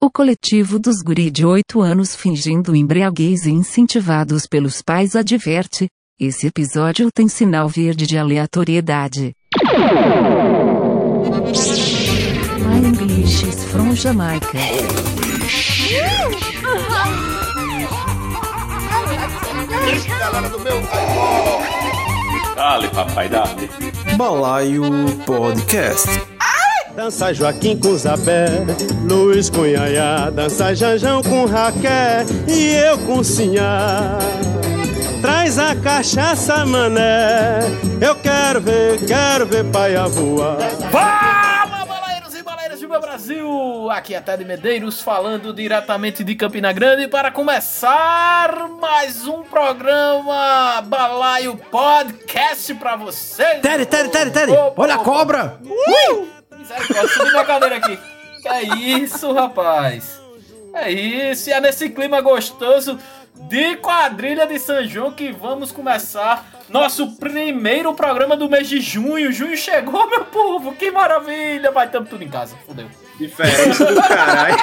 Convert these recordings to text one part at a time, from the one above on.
O coletivo dos guri de 8 anos fingindo embriaguez e incentivados pelos pais adverte: esse episódio tem sinal verde de aleatoriedade. My English is from Jamaica. Galera do meu... Dale, papai, dale. Balaio Podcast. Dança Joaquim com Zabé, Luiz com Yaya, dança Janjão com Raquel e eu com Sinhá. Traz a cachaça, mané, eu quero ver paia voar. Fala, balaeiros e balaeiras do meu Brasil! Aqui é Ted Medeiros falando diretamente de Campina Grande para começar mais um programa Balaio Podcast pra vocês. Ted, olha a cobra! Misericórdia, subi minha cadeira aqui. Que é isso, rapaz? É isso, e é nesse clima gostoso de quadrilha de São João que vamos começar nosso primeiro programa do mês de junho. Junho chegou, meu povo, que maravilha! Vai, tamo tudo em casa, fodeu. Diferença do caralho.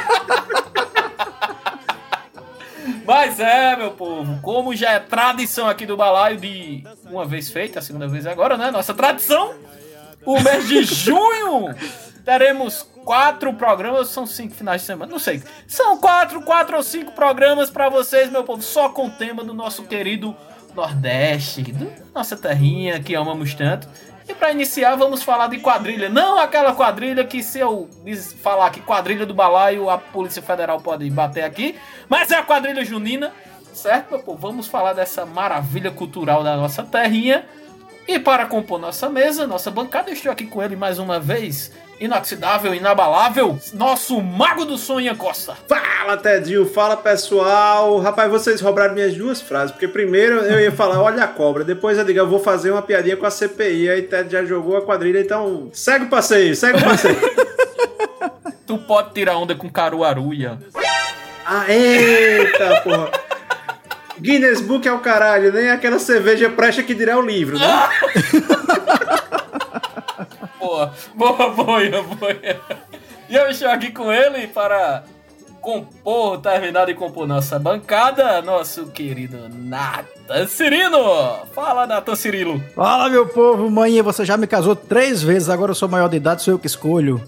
Mas é, meu povo, como já é tradição aqui do Balaio de uma vez feita, a segunda vez agora, né? Nossa tradição, o mês de junho teremos 4 programas, são 5 finais de semana, não sei. São 4 ou 5 programas pra vocês, meu povo, só com o tema do nosso querido Nordeste, da nossa terrinha que amamos tanto. E pra iniciar, vamos falar de quadrilha. Não aquela quadrilha que, se eu falar que quadrilha do Balaio, a Polícia Federal pode bater aqui. Mas é a quadrilha junina, certo, meu povo? Vamos falar dessa maravilha cultural da nossa terrinha. E para compor nossa mesa, nossa bancada, eu estou aqui com ele mais uma vez, inoxidável, inabalável, nosso mago do som, Ian Costa. Fala, Tedinho, fala, pessoal. Rapaz, vocês roubaram minhas duas frases, porque primeiro eu ia falar, olha a cobra, depois eu digo, eu vou fazer uma piadinha com a CPI, aí Ted já jogou a quadrilha, então segue o passeio. Tu pode tirar onda com Caruaru, Ian. Ah, eita, porra. Guinness Book é o caralho, nem aquela cerveja presta que dirá o livro, né? Boa. E eu estou aqui com ele para terminar de compor nossa bancada, nosso querido Nathan Cirino. Fala, Nathan Cirilo. Fala, meu povo, mãe, você já me casou 3 vezes, agora eu sou maior de idade, sou eu que escolho.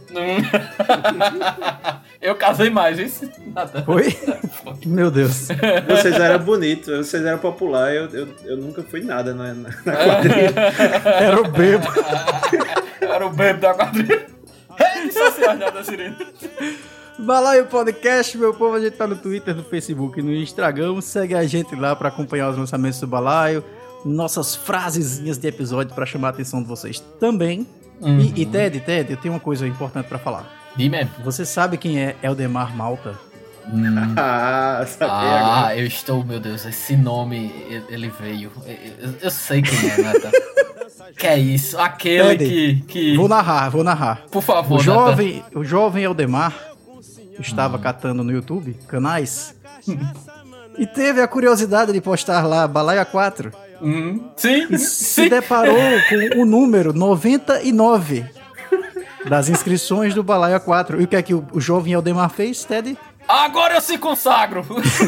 Eu casei mais, isso? Foi? Meu Deus. Vocês eram bonitos, vocês eram popular, eu nunca fui nada na quadrilha. Era o bebo. Era o bebo da quadrilha. Redes sociais, Nathan Cirino. Balaio Podcast, meu povo, a gente tá no Twitter, no Facebook, no Instagram, segue a gente lá pra acompanhar os lançamentos do Balaio, nossas frasezinhas de episódio pra chamar a atenção de vocês também. Uhum. E Ted, eu tenho uma coisa importante pra falar. Dime. Você sabe quem é Eldemar Malta? Sabia agora. Eu estou, meu Deus, esse nome, ele veio. Eu sei quem é, Nathan. Que é isso? Aquele Ted, que... Vou narrar. Por favor, o jovem Eldemar estava catando no YouTube canais e teve a curiosidade de postar lá Balaio 4. Sim. E se deparou com o número 99 das inscrições do Balaio 4. E o que é que o jovem Eldemar fez, Ted? Agora eu se consagro!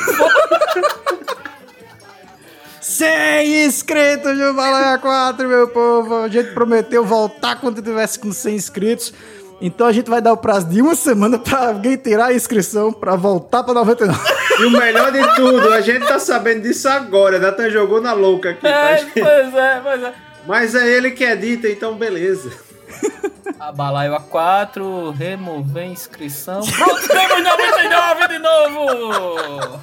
100 inscritos no Balaio 4, meu povo! A gente prometeu voltar quando tivesse com 100 inscritos. Então a gente vai dar o prazo de uma semana pra alguém tirar a inscrição pra voltar pra 99. E o melhor de tudo, a gente tá sabendo disso agora. Nathan jogou na louca aqui. Pois é. Mas é ele que edita, então beleza. A Balaio A4, remover inscrição. Pronto, temos 99 de novo!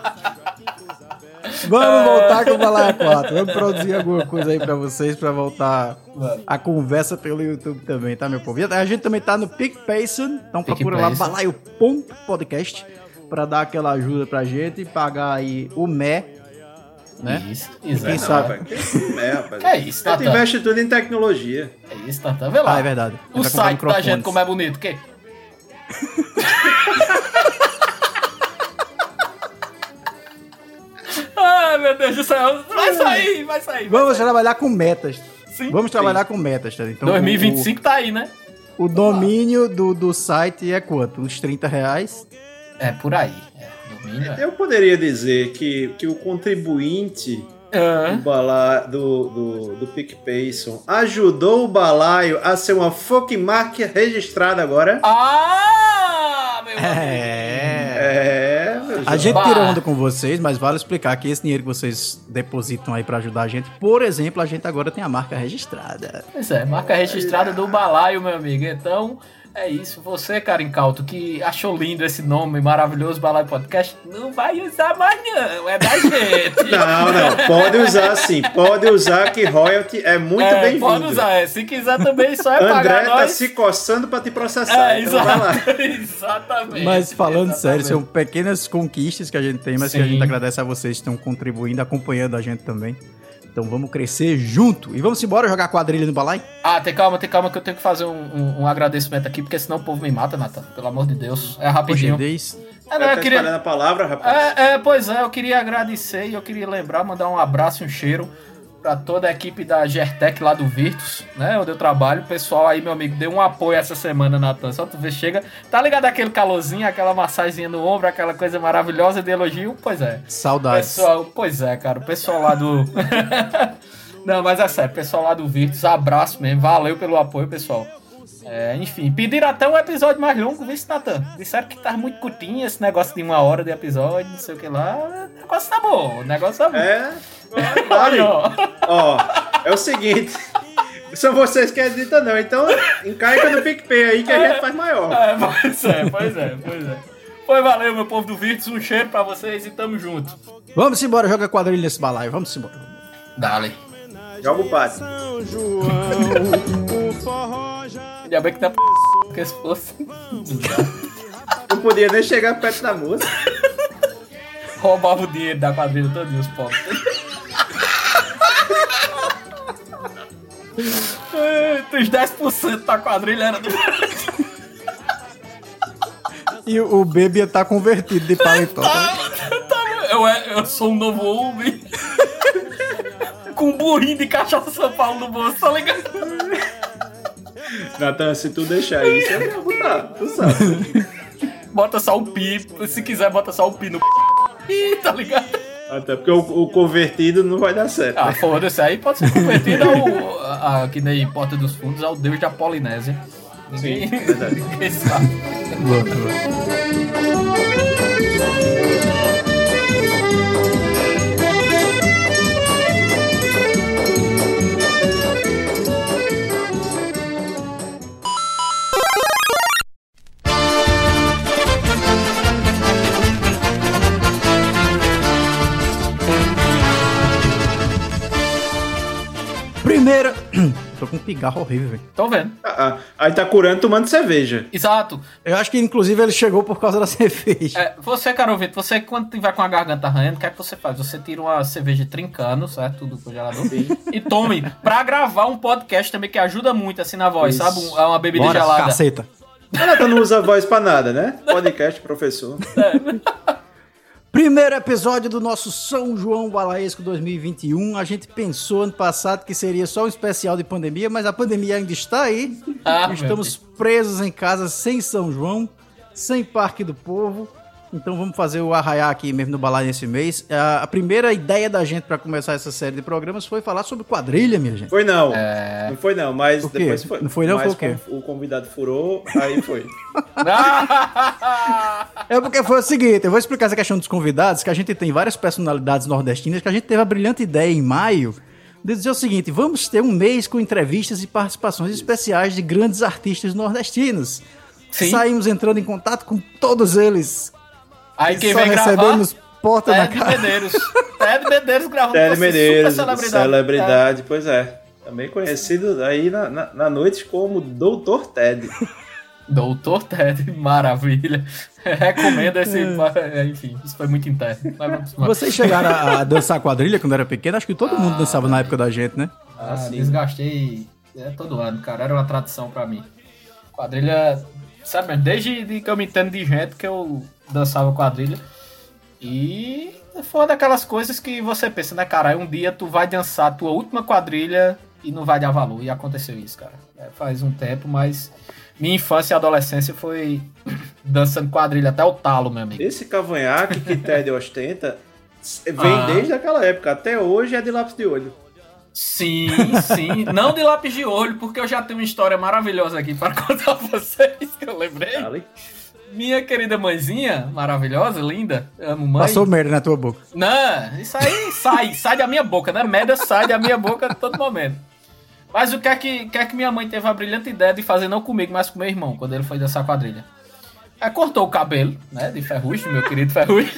Vamos voltar com o Balaio 4. Vamos produzir alguma coisa aí pra vocês, pra voltar a conversa pelo YouTube também, tá, meu povo? E a gente também tá no PicPayson, então procura lá balaio.podcast pra dar aquela ajuda pra gente e pagar aí o né? Isso, exato. Quem sabe? Rapaz. É isso, Nathan. Tu investe tudo em tecnologia. É isso, Nathan. Vê lá. É verdade. O site da gente, como é bonito, o quê? Ai, meu Deus do céu. Vai sair. Vamos trabalhar com metas. Sim. Vamos trabalhar com metas, tá? Então, 2025 tá aí, né? O domínio do site é quanto? Uns R$30? É por aí. No mínimo, Eu poderia dizer que o contribuinte do PicPayson ajudou o balaio a ser uma fucking marca registrada agora. Meu A gente tirou onda com vocês, mas vale explicar que esse dinheiro que vocês depositam aí pra ajudar a gente, por exemplo, a gente agora tem a marca registrada. Pois é, marca registrada do balaio, meu amigo. Então, é isso. Você, cara incauto, que achou lindo esse nome maravilhoso, Balaio Podcast, não vai usar mais não, é da gente. Não, pode usar sim, pode usar que royalty é muito bem-vindo. Pode usar, se quiser também só é André pagar tá nós. se coçando pra te processar, então vai lá. Exatamente. Mas falando sério, são pequenas conquistas que a gente tem, mas que a Sim. gente agradece a vocês que estão contribuindo, acompanhando a gente também. Então vamos crescer junto. E vamos embora jogar quadrilha no balaio? Tem calma que eu tenho que fazer um agradecimento aqui, porque senão o povo me mata, Nathan. Pelo amor de Deus. É rapidinho. Tá espalhando a palavra, rapaz? Pois é, eu queria agradecer e eu queria lembrar, mandar um abraço e um cheiro pra toda a equipe da Gertec lá do Virtus, né, onde eu trabalho. O pessoal aí, meu amigo, deu um apoio essa semana, Nathan. Só tu vê, chega, tá ligado aquele calorzinho, aquela massagenzinha no ombro, aquela coisa maravilhosa de elogio? Pois é. Saudades. Pois é, cara, o pessoal lá do... Não, mas é sério, o pessoal lá do Virtus, abraço mesmo, valeu pelo apoio, pessoal. Enfim, pediram até um episódio mais longo, viu, Nathan? Disseram que tá muito curtinho esse negócio de 1 hora de episódio, não sei o que lá. O negócio tá bom, Vale. Ó, é o seguinte, são vocês que editam não, então encaica no PicPay aí que a gente faz maior. Pois é. Pois valeu, meu povo do Virtus, um cheiro pra vocês e tamo junto. Vamos embora, joga quadrilha nesse balaio, vamos embora. Dale. Joga o passe. São João, o forró já... Ainda bem que tá porque se fosse... Não podia nem chegar perto da música. Roubava o dinheiro da quadrilha todinho, os pobres. Os 10% da quadrilha era do... E o Baby tá convertido de paletó. Eu sou um novo homem. Com um burrinho de cachaça São Paulo no bolso, tá ligado? Nathan, se tu deixar isso, eu vou botar, tu sabe. Bota só o pi, se quiser bota só o pi no Ih, tá ligado? Até porque o convertido não vai dar certo. Ah, foda-se, aí pode ser convertido que nem Porta dos Fundos, ao deus da Polinésia. Sim, verdade. Ninguém sabe. Primeira... Tô com um pigarro horrível, velho. Tô vendo. Aí tá curando tomando cerveja. Exato. Eu acho que, inclusive, ele chegou por causa da cerveja. Você, cara ouvinte, você quando tiver com a garganta arranhando, o que é que você faz? Você tira uma cerveja trincando, certo? Tudo pro gelador. E tome. Pra gravar um podcast também, que ajuda muito, assim, na voz, Isso. sabe? Uma bebida Bora, gelada. caceta. Ela não usa voz pra nada, né? Podcast, professor. Primeiro episódio do nosso São João Balaesco 2021. A gente pensou ano passado que seria só um especial de pandemia, mas a pandemia ainda está aí. Estamos presos em casa sem São João, sem Parque do Povo. Então vamos fazer o arraiá aqui mesmo no Balaio nesse mês. A primeira ideia da gente para começar essa série de programas foi falar sobre quadrilha, minha gente. Foi não. Não foi não, mas O quê? depois foi. Não foi não, mas foi o quê? O convidado furou, aí foi. É porque foi o seguinte, eu vou explicar essa questão dos convidados, que a gente tem várias personalidades nordestinas, que a gente teve a brilhante ideia em maio de dizer o seguinte: vamos ter um mês com entrevistas e participações especiais de grandes artistas nordestinos. Sim. Saímos entrando em contato com todos eles. Aí quem só vem gravar... recebemos porta na Ted cara. Medeiros. Ted Medeiros gravando Ted com Medeiros, super celebridade, pois é. Também conhecido aí na noite como Doutor Ted. Doutor Ted, maravilha. Recomendo esse... Enfim, isso foi muito interno. Mas vamos lá. Vocês chegaram a dançar quadrilha quando era pequeno? Acho que todo mundo dançava na época da gente, né? Desgastei todo ano, cara. Era uma tradição pra mim. Quadrilha... Sabe, desde que eu me entendo de gente que eu dançava quadrilha. E foi uma daquelas coisas que você pensa, né, cara? Aí um dia tu vai dançar a tua última quadrilha e não vai dar valor. E aconteceu isso, cara. Faz um tempo, mas Minha infância e adolescência foi dançando quadrilha até o talo, meu amigo. Esse cavanhaque que Ted ostenta vem desde aquela época. Até hoje é de lápis de olho. Sim. Não de lápis de olho, porque eu já tenho uma história maravilhosa aqui para contar pra vocês, que eu lembrei. Ali. Minha querida mãezinha, maravilhosa, linda, amo mãe. Passou merda na tua boca. Não, isso aí sai da minha boca, né? Merda sai da minha boca a todo momento. Mas o que é que minha mãe teve a brilhante ideia de fazer, não comigo, mas com meu irmão, quando ele foi dançar quadrilha? Aí cortou o cabelo, né, de Ferrugem, meu querido Ferrugem.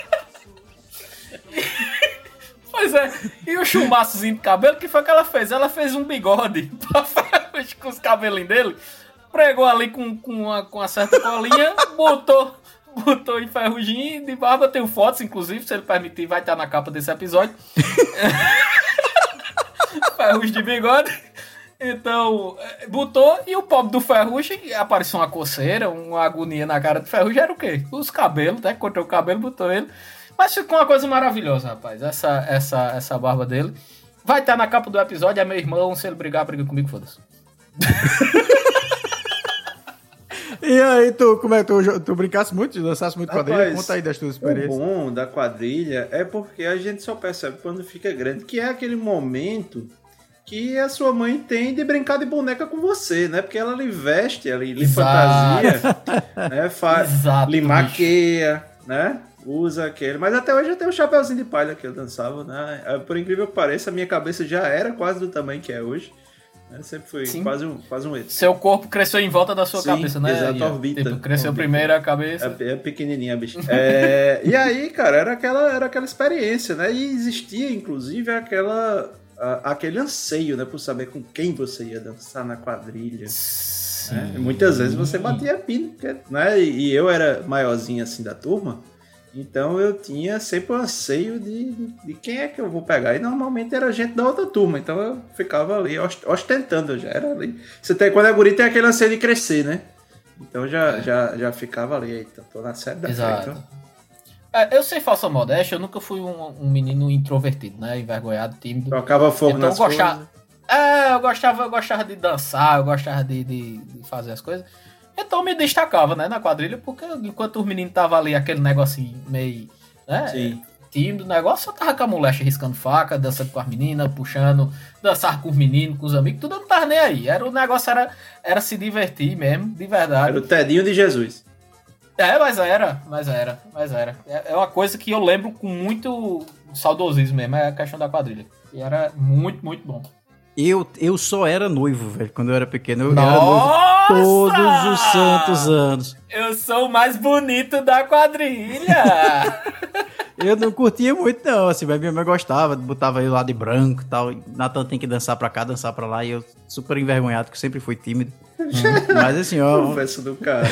Pois é, e o chumaçozinho de cabelo, que foi que ela fez? Ela fez um bigode pra Ferrugem com os cabelinhos dele, pregou ali com uma certa colinha, botou em Ferrugem de barba. Tenho fotos, inclusive, se ele permitir, vai estar na capa desse episódio. Ferrugem de bigode. Então, botou, e o pobre do Ferrugem, apareceu uma coceira, uma agonia na cara do Ferrugem, era o quê? Os cabelos, né? Cortou o cabelo, botou ele. Mas ficou uma coisa maravilhosa, rapaz, essa barba dele. Vai estar na capa do episódio, é meu irmão, se ele briga comigo, foda-se. E aí, como é que tu brincasse muito, dançasse muito quadrilha? Conta aí das tuas experiências. O bom da quadrilha é porque a gente só percebe quando fica grande, que é aquele momento que a sua mãe tem de brincar de boneca com você, né? Porque ela lhe veste, ela lhe fantasia, né? Lhe maqueia, né? Usa aquele. Mas até hoje eu tenho um chapeuzinho de palha que eu dançava, né? Por incrível que pareça, a minha cabeça já era quase do tamanho que é hoje. Sempre foi quase um eto. Seu corpo cresceu em volta da sua cabeça, né? Exato, orbita. Tipo, cresceu primeiro a cabeça. É pequenininha a bicha. E aí, cara, era aquela experiência, né? E existia, inclusive, aquele anseio, né? Por saber com quem você ia dançar na quadrilha. Né? E muitas vezes você batia pino, né? E eu era maiorzinho assim da turma. Então eu tinha sempre o anseio de quem é que eu vou pegar. E normalmente era gente da outra turma. Então eu ficava ali ostentando, eu já era ali. Quando é guri tem aquele anseio de crescer, né? Então já ficava ali. Eita, tô na série da frente. Então. Eu sei falsa modéstia, eu nunca fui um menino introvertido, né? Envergonhado, tímido. Tocava fogo então, nas coisas. Eu gostava de dançar, eu gostava de fazer as coisas. Então eu me destacava, né, na quadrilha, porque enquanto os meninos estavam ali, aquele negocinho meio, né, tímido, negócio, eu tava com a molecha riscando faca, dançando com as meninas, puxando, dançar com os meninos, com os amigos, tudo eu não tava nem aí. O negócio era se divertir mesmo, de verdade. Era o Tedinho de Jesus. Mas era. É uma coisa que eu lembro com muito saudosismo mesmo, é a questão da quadrilha. E era muito, muito bom. Eu só era noivo, velho, quando eu era pequeno. Eu era noivo todos os santos anos. Eu sou o mais bonito da quadrilha. Eu não curtia muito, não, assim, mas minha mãe gostava, botava eu lá de branco e tal. Natan tem que dançar pra cá, dançar pra lá. E eu super envergonhado, porque eu sempre fui tímido. Mas assim, ó... Conversa do cara.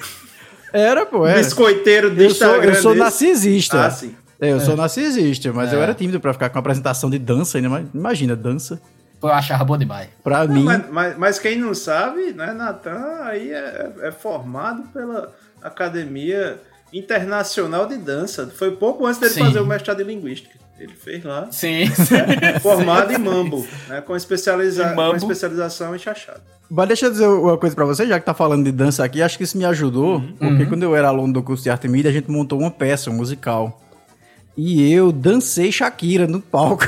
Era. Biscoiteiro de Instagram. Eu sou narcisista. Ah, sim. Eu sou narcisista, mas eu era tímido pra ficar com uma apresentação de dança ainda. Mas imagina, dança. Eu achava bom demais. Pra mim... Mas quem não sabe, né, Natan aí é formado pela Academia Internacional de Dança. Foi pouco antes dele fazer o mestrado em Linguística. Ele fez lá. Sim. Formado em mambo, né, com especialização em chachado. Mas deixa eu dizer uma coisa pra você, já que tá falando de dança aqui, acho que isso me ajudou, porque quando eu era aluno do curso de arte e mídia, a gente montou uma peça, um musical. E eu dancei Shakira no palco.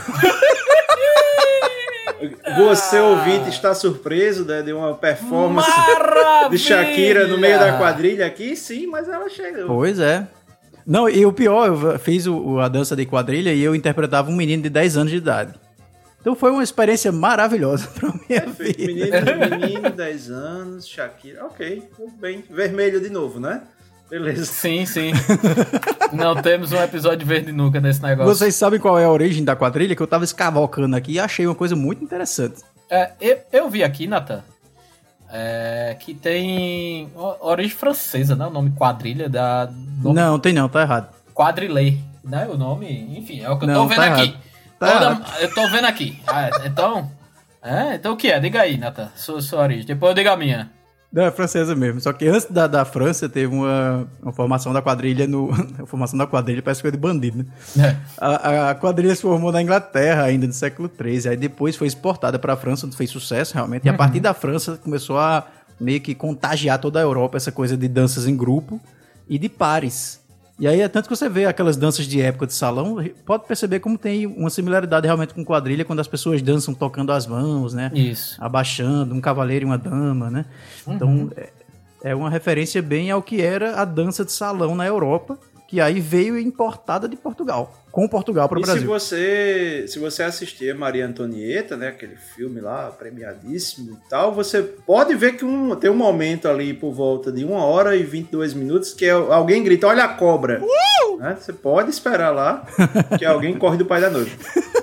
Você, ouvinte, está surpreso, né, de uma performance de Shakira no meio da quadrilha aqui? Sim, mas ela chegou. Pois é. Não, e o pior, eu fiz a dança de quadrilha e eu interpretava um menino de 10 anos de idade. Então foi uma experiência maravilhosa pra minha vida. Menino, 10 anos, Shakira. Ok, tudo bem. Vermelho de novo, né? Beleza. Sim. Não temos um episódio verde nunca nesse negócio. Vocês sabem qual é a origem da quadrilha? Que eu tava escavocando aqui e achei uma coisa muito interessante. Eu vi aqui, Natan, que tem origem francesa, né? O nome quadrilha Não, tem não, tá errado. Quadrilê, né? O nome, enfim, é o que eu tô vendo aqui. Eu tô vendo aqui. Então o que é? Diga aí, Natan, sua origem. Depois eu digo a minha. Não, é francesa mesmo. Só que antes da França teve uma formação da quadrilha a formação da quadrilha parece coisa de bandido, né? A quadrilha se formou na Inglaterra ainda no século XIII. Aí depois foi exportada para a França, onde fez sucesso realmente. E a partir da França começou a meio que contagiar toda a Europa essa coisa de danças em grupo e de pares. E aí é tanto que você vê aquelas danças de época de salão, pode perceber como tem uma similaridade realmente com quadrilha, quando as pessoas dançam tocando as mãos, né? Isso. Abaixando, um cavaleiro e uma dama, né? Então, é uma referência bem ao que era a dança de salão na Europa, que aí veio importada de Portugal, com Portugal para o Brasil. Se você assistir Maria Antonieta, né, aquele filme lá, premiadíssimo e tal, você pode ver que tem um momento ali por volta de 1 hora e 22 minutos que alguém grita, olha a cobra! Né? Você pode esperar lá que alguém corre do pai da noiva.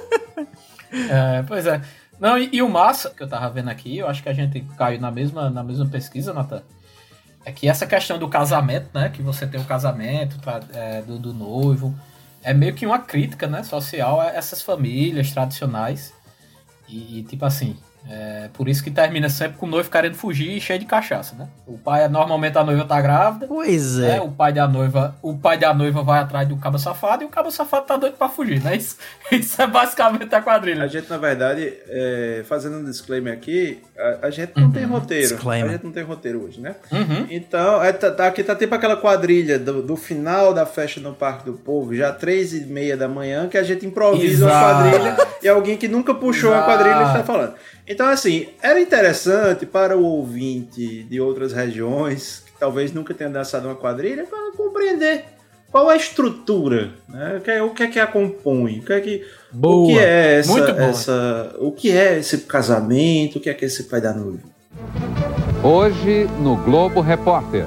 Pois é. Não, e o massa que eu tava vendo aqui, eu acho que a gente caiu na mesma pesquisa, Nathan. É que essa questão do casamento, né? Que você tem o casamento do noivo, é meio que uma crítica, né, social a essas famílias tradicionais. E tipo assim, por isso que termina sempre com o noivo querendo fugir e cheio de cachaça, né? O pai, normalmente a noiva tá grávida. Pois é. O pai da noiva vai atrás do cabo safado e o cabo safado tá doido pra fugir, né? Isso é basicamente a quadrilha. A gente, na verdade, fazendo um disclaimer aqui, a gente não tem roteiro. Disclaimer. A gente não tem roteiro hoje, né? Então, aqui tá tipo aquela quadrilha do final da festa no Parque do Povo, já 3h30 da manhã, que a gente improvisa uma quadrilha e alguém que nunca puxou a quadrilha está falando. Então, assim, era interessante para o ouvinte de outras regiões, que talvez nunca tenha dançado uma quadrilha, para compreender qual é a estrutura, né? O que é que a compõe, o que é o que é esse casamento, o que é esse pai da noiva. Hoje no Globo Repórter.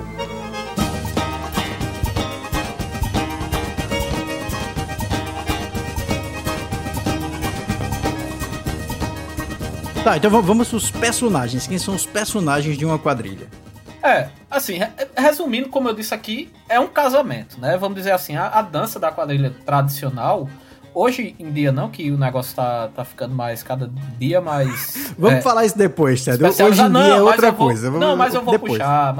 Tá, então vamos para os personagens. Quem são os personagens de uma quadrilha? Assim, resumindo, como eu disse aqui, é um casamento, né? Vamos dizer assim, a dança da quadrilha tradicional, hoje em dia não, que o negócio tá ficando cada dia mais... Vamos falar isso depois, Ted. Hoje em dia é outra coisa. Mas eu vou puxar.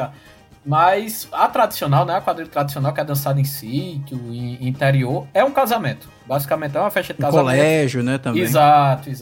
Mas a tradicional, né? A quadrilha tradicional, que é dançada em sítio, em interior, é um casamento. Basicamente é uma festa de casamento. Colégio, né, também. Exato.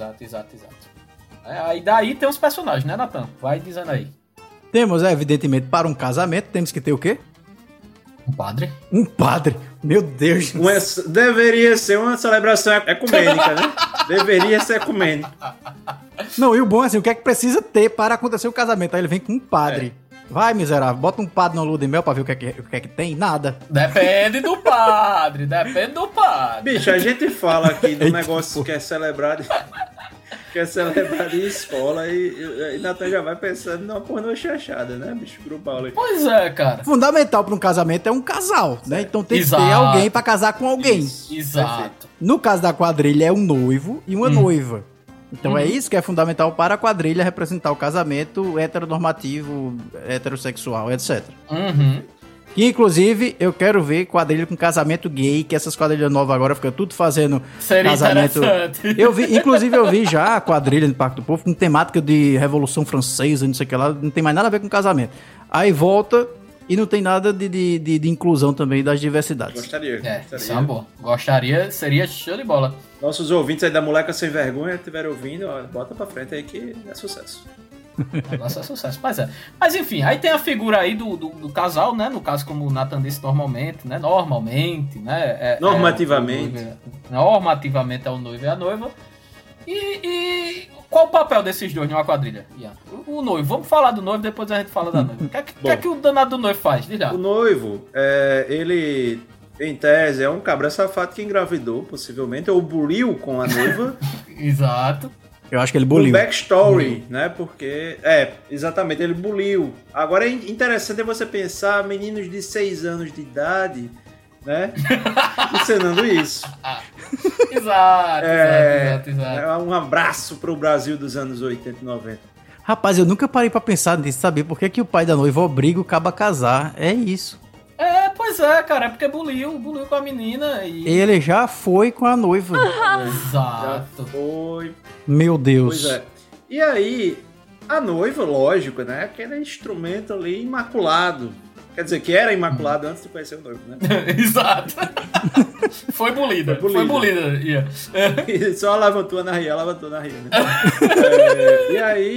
Aí daí tem os personagens, né, Nathan? Vai dizendo aí. Temos, evidentemente, para um casamento, temos que ter o quê? Um padre. Um padre. Meu Deus. Deveria ser uma celebração ecumênica, né? Deveria ser ecumênica. Não, e o bom é assim, o que é que precisa ter para acontecer o casamento? Aí ele vem com um padre. Vai, miserável, bota um padre na lua de mel pra ver o que é que tem. Nada. Depende do padre. Bicho, a gente fala aqui do negócio que é celebrado... Que é celebrado em escola e Natan já vai pensando numa pornô chanchada, né, bicho? Grupal aí. Pois é, cara. Fundamental para um casamento é um casal, né? Então tem que ter alguém para casar com alguém. Exato. No caso da quadrilha é um noivo e uma noiva. Então é isso que é fundamental para a quadrilha representar o casamento heteronormativo, heterossexual, etc. E, inclusive, eu quero ver quadrilha com casamento gay, que essas quadrilhas novas agora ficam tudo fazendo seria casamento. Inclusive, eu vi já a quadrilha no Parque do Povo com temática de Revolução Francesa, não sei o que lá, não tem mais nada a ver com casamento. Aí volta e não tem nada de inclusão também das diversidades. Gostaria. Isso é uma boa. Gostaria, seria show de bola. Nossos ouvintes aí da Moleca Sem Vergonha estiverem ouvindo, ó, bota pra frente aí que é sucesso. Nossa, sucesso. Mas enfim, aí tem a figura aí do casal, né? No caso, como o Nathan disse, normalmente, né? Normativamente é o noivo e a noiva. E qual o papel desses dois numa quadrilha? O noivo, vamos falar do noivo, depois a gente fala da noiva. O que o danado do noivo faz? Diz lá. O noivo, ele, em tese, é um cabra safado que engravidou, possivelmente, ou buliu com a noiva. Exato. Eu acho que ele buliu. Um backstory, né? Porque... exatamente, ele buliu. Agora, é interessante você pensar meninos de 6 anos de idade, né? Ensinando isso. Exato. Um abraço pro Brasil dos anos 80 e 90. Rapaz, eu nunca parei pra pensar nisso, saber por que o pai da noiva obriga o cabo a casar. É isso. Pois é, cara, é porque buliu com a menina e... Ele já foi com a noiva. Exato. Já foi. Meu Deus. Pois é. E aí, a noiva, lógico, né? Aquele instrumento ali imaculado. Quer dizer, que era imaculado antes de conhecer o noivo, né? Exato. Foi bulida. Yeah. Só levantou na ria, né? E aí,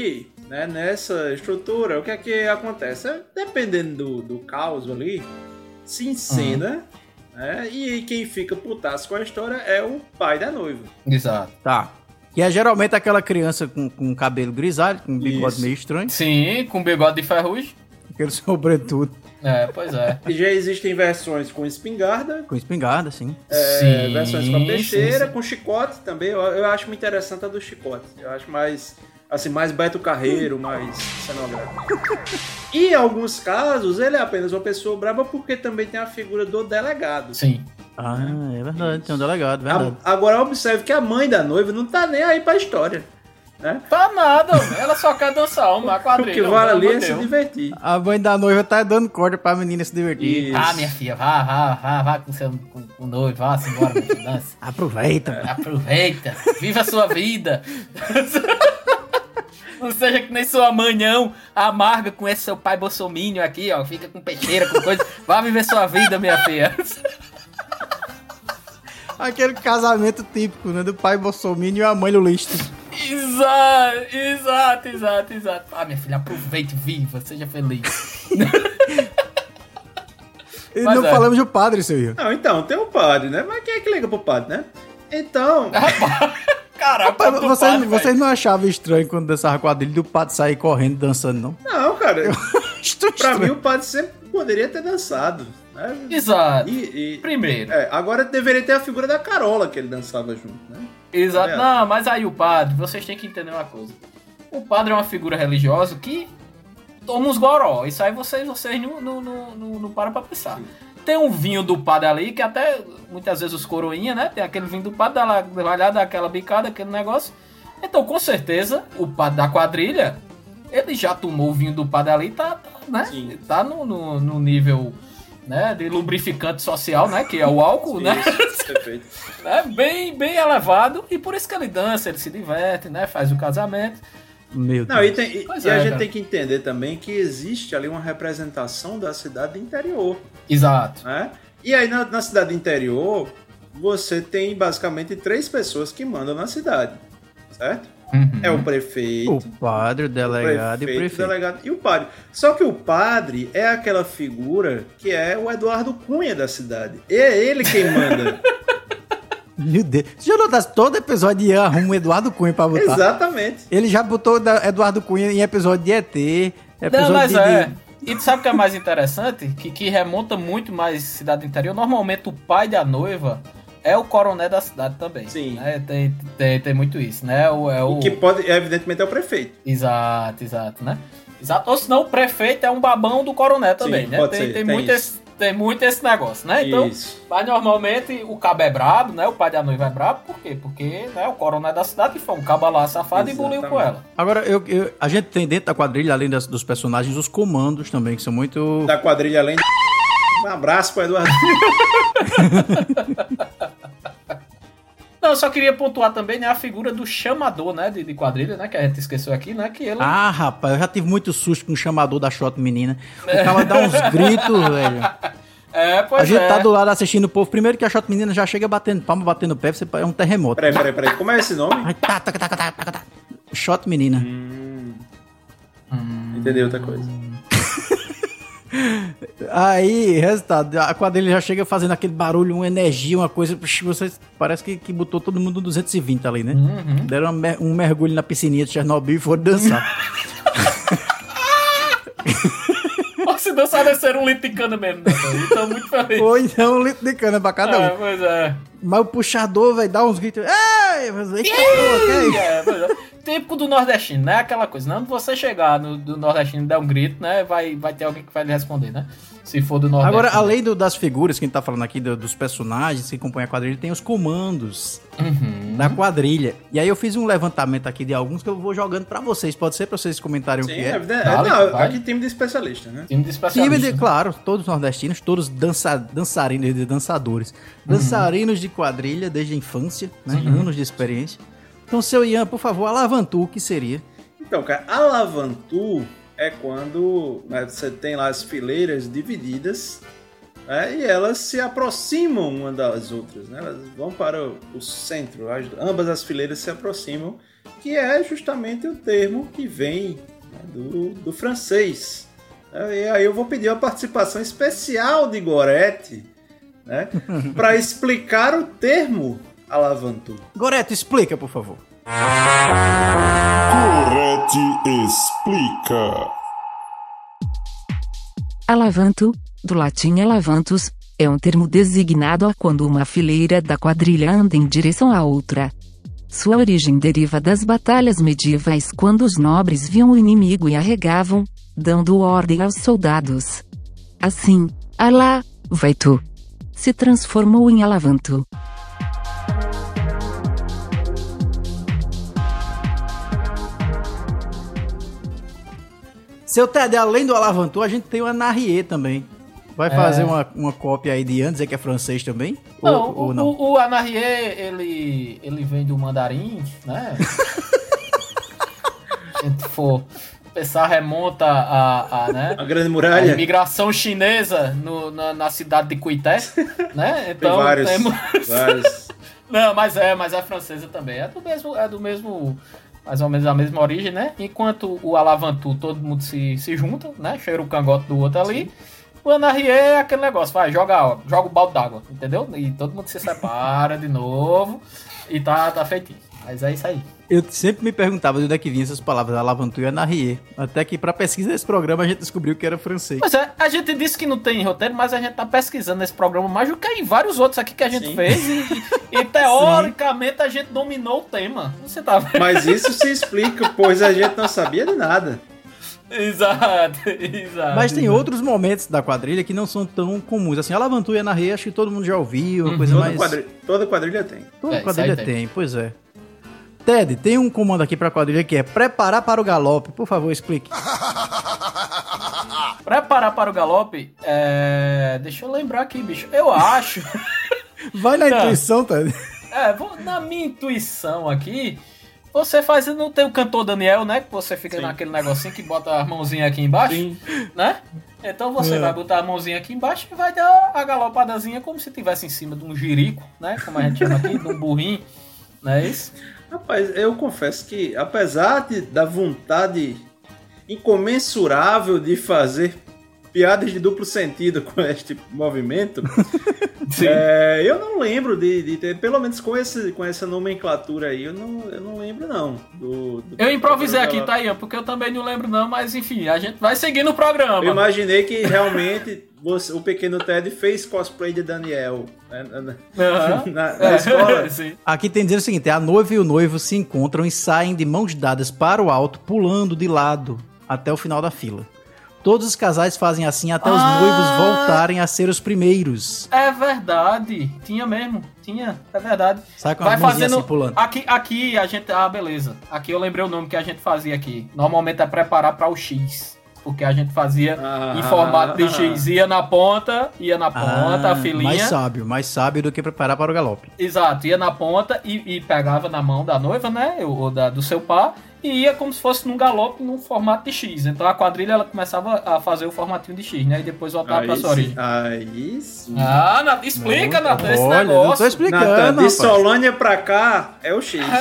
né, nessa estrutura, o que é que acontece? Dependendo do caos ali, se encena, né, e quem fica putaço com a história é o pai da noiva. Exato. Tá. Que é geralmente aquela criança com cabelo grisalho, com um bigode meio estranho. Sim, com bigode de ferrugem. Aquele sobretudo. Pois é. E já existem versões com espingarda. Com espingarda, sim. Sim, Versões com a peixeira, sim. com chicote também. Eu acho muito interessante a do chicote. Eu acho mais, assim, mais Beto Carreiro, mais cenográfico. E em alguns casos, ele é apenas uma pessoa brava porque também tem a figura do delegado. Sim. Ah, é verdade. Tem um delegado, verdade. Agora observe que a mãe da noiva não tá nem aí pra história. Né? Tá nada, ela só quer dançar uma quadrilha. O que vale ali é se divertir. A mãe da noiva tá dando corda pra menina se divertir. Isso. Ah, minha filha, vá com o noivo, vá-se embora, minha filha, dança. Aproveita. Aproveita, viva a sua vida. Não seja que nem sua mãe, não. Amarga com esse seu pai bolsominion aqui, ó. Fica com peixeira, com coisa. Vá viver sua vida, minha filha. Aquele casamento típico, né? Do pai bolsominion e a mãe lulista. Exato. Ah, minha filha, aproveite, viva, seja feliz. E não falamos do padre, seu Ian. Não, então, tem o padre, né? Mas quem é que liga pro padre, né? Então... Caraca, vocês não achavam estranho quando dançava quadrilha do padre sair correndo dançando, não? Não, cara. Pra mim, Estranho. o padre sempre poderia ter dançado. Né? Exato. E Primeiro. agora deveria ter a figura da Carola que ele dançava junto, né? Exato. Não, mas aí o padre, vocês têm que entender uma coisa. O padre é uma figura religiosa que toma uns goró. Isso aí vocês não param pra pensar. Sim. Tem um vinho do padre ali, que até muitas vezes os coroinha, né? Tem aquele vinho do padre, vai lá dar aquela bicada, aquele negócio. Então, com certeza, o padre da quadrilha, ele já tomou o vinho do padre ali, né? Sim. Tá no nível, né, de lubrificante social, né? Que é o álcool, Sim, né? Perfeito. Né? Bem elevado, e por isso que ele dança, ele se diverte, né? Faz o casamento. Meu Deus. Não, e a gente cara. tem que entender também que existe ali uma representação da cidade interior. Exato. Né? E aí na cidade interior, você tem basicamente 3 pessoas que mandam na cidade, certo? Uhum. É o prefeito, O padre, o delegado e o prefeito. delegado e o padre. Só que o padre é aquela figura que é o Eduardo Cunha da cidade. É ele quem manda. Meu Deus. Você já notasse todo episódio de arruma um Eduardo Cunha pra botar? Exatamente. Ele já botou Eduardo Cunha em episódio de ET, episódio Não, mas de... E tu sabe o que é mais interessante? Que remonta muito mais cidade interior. Normalmente o pai da noiva é o coronel da cidade também. Sim. Né? Tem muito isso, né? O que pode, evidentemente, é o prefeito. Exato, né? Exato. Ou senão o prefeito é um babão do coronel também, Sim, né? pode ser, Tem muito esse negócio, né? Então, Isso. mas normalmente o cabo é brabo, né? O pai da noiva é brabo, por quê? Porque, né, o coronel da cidade foi um cabo lá safado e buliu com ela. Agora, a gente tem dentro da quadrilha, além dos personagens, os comandos também, que são muito... Da quadrilha além de... Um abraço pro Eduardo. Não, eu só queria pontuar também, né, a figura do chamador, né, de quadrilha, né, que a gente esqueceu aqui, né, que ele... Ah, rapaz, eu já tive muito susto com o chamador da Shot Menina. O cara dá uns gritos, velho. Pois a gente tá do lado assistindo o povo. Primeiro que a Shot Menina já chega batendo palma, batendo pé, você é um terremoto. Peraí. Como é esse nome? Aí, tá. Shot Menina. Entendeu outra coisa. Aí, resultado, a quadrilha já chega fazendo aquele barulho, uma energia, uma coisa. Você parece que botou todo mundo no 220 ali, né? Uhum. Deram um mergulho na piscininha de Chernobyl e foram dançar. Ou se dançar deve ser um litro de cana mesmo, né? Então, muito feliz. Ou então um litro de cana pra cada um. Pois é. Mas o puxador, vai dar uns gritos. Ei! Pois é. Típico do nordestino, né? Aquela coisa, não, você chegar do nordestino e dar um grito, né? Vai ter alguém que vai lhe responder, né? Se for do nordestino. Agora, além das figuras que a gente tá falando aqui, dos personagens que compõem a quadrilha, tem os comandos da quadrilha. E aí eu fiz um levantamento aqui de alguns que eu vou jogando pra vocês. Pode ser pra vocês comentarem Sim, o que é? Aqui time de especialista, né? Time de especialista. Claro, todos nordestinos, todos dançarinos e dançadores. Dançarinos de quadrilha desde a infância, né? Anos de experiência. Então, seu Ian, por favor, alavantu, o que seria? Então, cara, alavantu é quando, né, você tem lá as fileiras divididas, né, e elas se aproximam uma das outras, né? Elas vão para o centro, ambas as fileiras se aproximam, que é justamente o termo que vem né, do francês. E aí eu vou pedir uma participação especial de Goretti, né, para explicar o termo Alavantu. Goretti, explica, por favor. Goretti explica. Alavanto, do latim alavantus, é um termo designado a quando uma fileira da quadrilha anda em direção à outra. Sua origem deriva das batalhas medievais quando os nobres viam o inimigo e arregavam, dando ordem aos soldados. Assim, Alá, vai tu, se transformou em Alavanto. Seu Ted, além do Alavantu, a gente tem o Anarrier também. Vai fazer uma cópia aí de antes, é que é francês também? Não, ou não? O Anarrier, ele vem do mandarim, né? Se a gente for pensar, remonta né? A Grande Muralha. A imigração chinesa na cidade de Cuité, né? Então, tem vários. vários. Não, mas é francesa também. É do mesmo, mais ou menos a mesma origem, né? Enquanto o Alavantu, todo mundo se junta, né? Cheira o cangote do outro ali. O Anarrier é aquele negócio, vai, joga o balde d'água, entendeu? E todo mundo se separa de novo e tá feitinho. Mas é isso aí. Eu sempre me perguntava de onde é que vinham essas palavras, Alavantu e Anarrier. Até que pra pesquisa desse programa a gente descobriu que era francês. Pois é, a gente disse que não tem roteiro, mas a gente tá pesquisando nesse programa mais do que em vários outros aqui que a gente fez. E teoricamente a gente dominou o tema. Você tá vendo? Mas isso se explica, pois a gente não sabia de nada. Exato. Mas tem outros momentos da quadrilha que não são tão comuns. Assim, Alavantu e Anarrier, acho que todo mundo já ouviu, uma coisa mais... Toda quadrilha tem. Toda quadrilha tem, pois é. Ted, tem um comando aqui pra quadrilha que é preparar para o galope. Por favor, explique. Preparar para o galope? Deixa eu lembrar aqui, bicho. Eu acho... Vai na intuição, Ted. Na minha intuição aqui... Você faz, não tem o cantor Daniel, né? Que você fica naquele negocinho que bota a mãozinha aqui embaixo, né? Então você vai botar a mãozinha aqui embaixo e vai dar a galopadazinha como se estivesse em cima de um jirico, né? Como a gente chama aqui, de um burrinho, não é isso? Rapaz, eu confesso que apesar da vontade incomensurável de fazer piadas de duplo sentido com este movimento, eu não lembro de ter, pelo menos com essa nomenclatura aí, eu não lembro não. Eu improvisei aqui, tá aí, porque eu também não lembro não, mas enfim, a gente vai seguir no programa. Eu imaginei que realmente o pequeno Ted fez cosplay de Daniel, né, na escola. Sim. Aqui tem dizer o seguinte, a noiva e o noivo se encontram e saem de mãos dadas para o alto, pulando de lado até o final da fila. Todos os casais fazem assim até os noivos voltarem a ser os primeiros. É verdade. Tinha mesmo. É verdade. Sai com a mãozinha assim pulando. Aqui a gente... beleza. Aqui eu lembrei o nome que a gente fazia aqui. Normalmente é preparar para o X. Porque a gente fazia em formato de X. Ia na ponta, a filinha. Mais sábio do que preparar para o galope. Exato. Ia na ponta e pegava na mão da noiva, né? Ou do seu par. E ia como se fosse num galope num formato de X. Então a quadrilha ela começava a fazer o formatinho de X, né? E depois voltava pra sua origem. Aí sim. Explica, Natan, esse olha, negócio. Não tô explicando, Natan, de rapaz. Solânia pra cá é o X.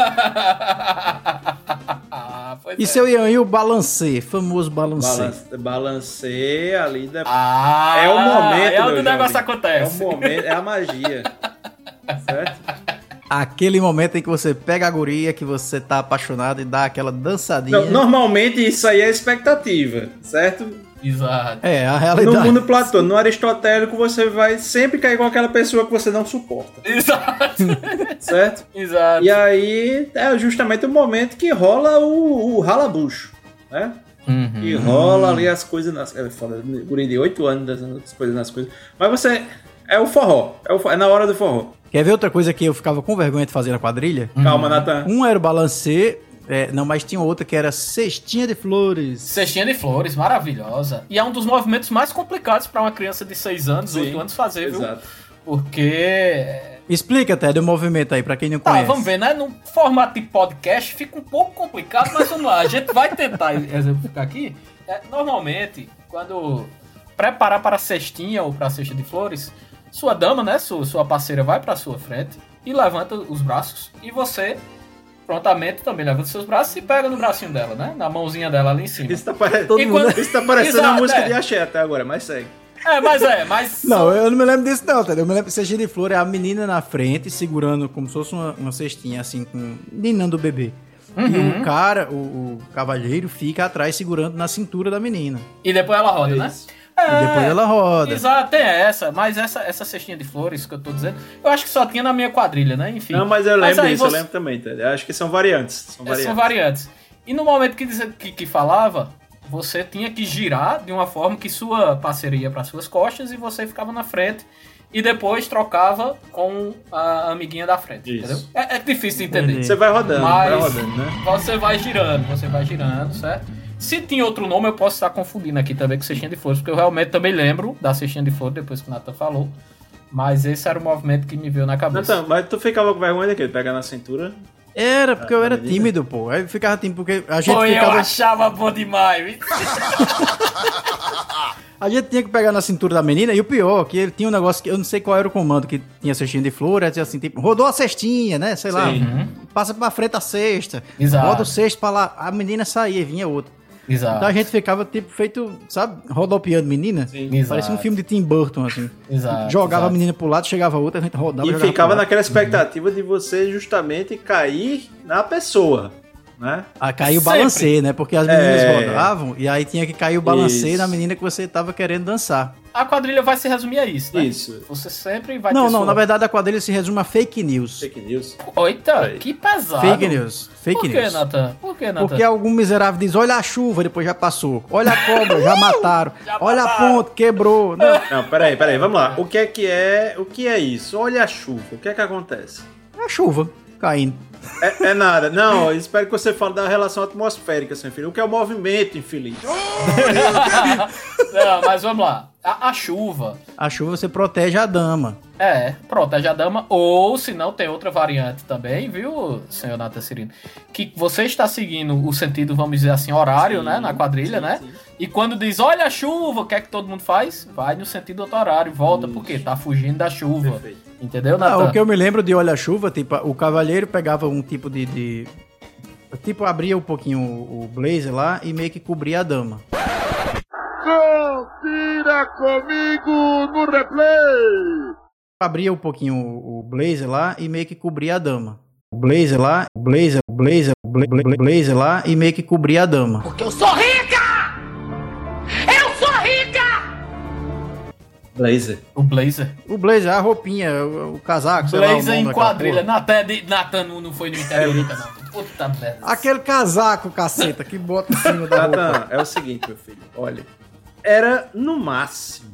E seu Ian, e o balancê? Famoso balancê. Balancê ali da... é o momento, é onde o negócio acontece. É o momento, é a magia. Certo? Aquele momento em que você pega a guria que você tá apaixonado e dá aquela dançadinha. Não, normalmente isso aí é expectativa, certo? Exato. É, a realidade. No mundo platônico, no aristotélico, você vai sempre cair com aquela pessoa que você não suporta. Exato. Certo? Exato. E aí é justamente o momento que rola o ralabucho, né? E rola ali as coisas nas... Guria de 8 anos dando as coisas nas coisas. Mas você... É o forró. É na hora do forró. Quer ver outra coisa que eu ficava com vergonha de fazer na quadrilha? Calma, Natan. Um era o balancê, mas tinha outra que era cestinha de flores. Cestinha de flores, maravilhosa. E é um dos movimentos mais complicados para uma criança de 6 anos, 8 anos fazer, exato. Viu? Porque... Explica, Ted, o movimento aí, pra quem não conhece. Vamos ver, né? No formato de podcast fica um pouco complicado, mas vamos lá. A gente vai tentar exemplificar aqui. Normalmente, quando preparar para a cestinha ou para a cesta de flores... Sua dama, né, sua parceira vai pra sua frente e levanta os braços e você prontamente também levanta seus braços e pega no bracinho dela, né? Na mãozinha dela ali em cima. Isso tá parecendo uma música de axé até agora, mas segue. Mas... Não, eu não me lembro disso não, entendeu? Eu me lembro que cestinha de flor é a menina na frente, segurando como se fosse uma cestinha, assim, ninando o bebê. E o cara, o cavalheiro, fica atrás segurando na cintura da menina. E depois ela roda, né? E depois ela roda. Exato, tem essa. Mas essa cestinha de flores que eu tô dizendo, eu acho que só tinha na minha quadrilha, né? Enfim. Não, mas eu lembro disso, eu lembro também, entendeu? Acho que são variantes. São variantes. E no momento que falava, você tinha que girar de uma forma que sua parceira ia para suas costas e você ficava na frente e depois trocava com a amiguinha da frente, entendeu? É difícil de entender. Você vai rodando, né? Você vai girando, certo? Se tinha outro nome, eu posso estar confundindo aqui também com cestinha de flores, porque eu realmente também lembro da cestinha de flores depois que o Nathan falou. Mas esse era o movimento que me veio na cabeça. Nathan, mas tu ficava com vergonha daquele, pegar na cintura? Era, porque eu era tímido, pô. Aí eu ficava tímido, porque a gente eu achava bom demais. A gente tinha que pegar na cintura da menina, e o pior, que ele tinha um negócio que eu não sei qual era o comando, que tinha cestinha de flor, era assim, tipo, rodou a cestinha, né? Sei lá, passa pra frente a cesta, roda o cesto pra lá, a menina saía, vinha outra. Exato. Então a gente ficava, tipo, feito, sabe, rodopiando menina. Sim. Parecia um filme de Tim Burton, assim. Exato. Jogava a menina pro lado, chegava a outra, a gente rodava. E ficava naquela expectativa de você justamente cair na pessoa, né? Ah, cair o balancê, né? Porque as meninas rodavam e aí tinha que cair o balancê na menina que você tava querendo dançar. A quadrilha vai se resumir a isso, né? Isso. Você sempre vai Não, na verdade a quadrilha se resume a fake news. Fake news? Eita, que pesado. Fake news. Por que, Nathan? Porque algum miserável diz, olha a chuva, depois já passou. Olha a cobra, já mataram. Olha a ponte, quebrou. Não, peraí, vamos lá. O que é isso? Olha a chuva, o que é que acontece? É a chuva caindo. É nada. Não, eu espero que você fale da relação atmosférica, seu filho. O que é o movimento, infeliz? Não, mas vamos lá. A chuva. A chuva você protege a dama. Protege a dama. Ou, se não, tem outra variante também, viu, senhor Nathan Cirino? Que você está seguindo o sentido, vamos dizer assim, horário, né? Na quadrilha, né? Sim. E quando diz, olha a chuva, o que é que todo mundo faz? Vai no sentido outro horário, volta, porque tá fugindo da chuva. Perfeito. Entendeu, Nathan? O que eu me lembro de olha a chuva, tipo, o cavalheiro pegava um tipo de... Tipo, abria um pouquinho o blazer lá e meio que cobria a dama. Confira comigo no replay! Abria um pouquinho o blazer lá e meio que cobria a dama. O blazer lá e meio que cobria a dama. Porque eu sou rica! Eu sou rica! Blazer. O blazer? O blazer, a roupinha, o casaco, sei lá. Blazer em quadrilha. Nathan não foi no interior nunca, não. Puta merda. Aquele casaco, caceta, que bota em cima da roupa. Nathan, é o seguinte, meu filho. Olha, era no máximo,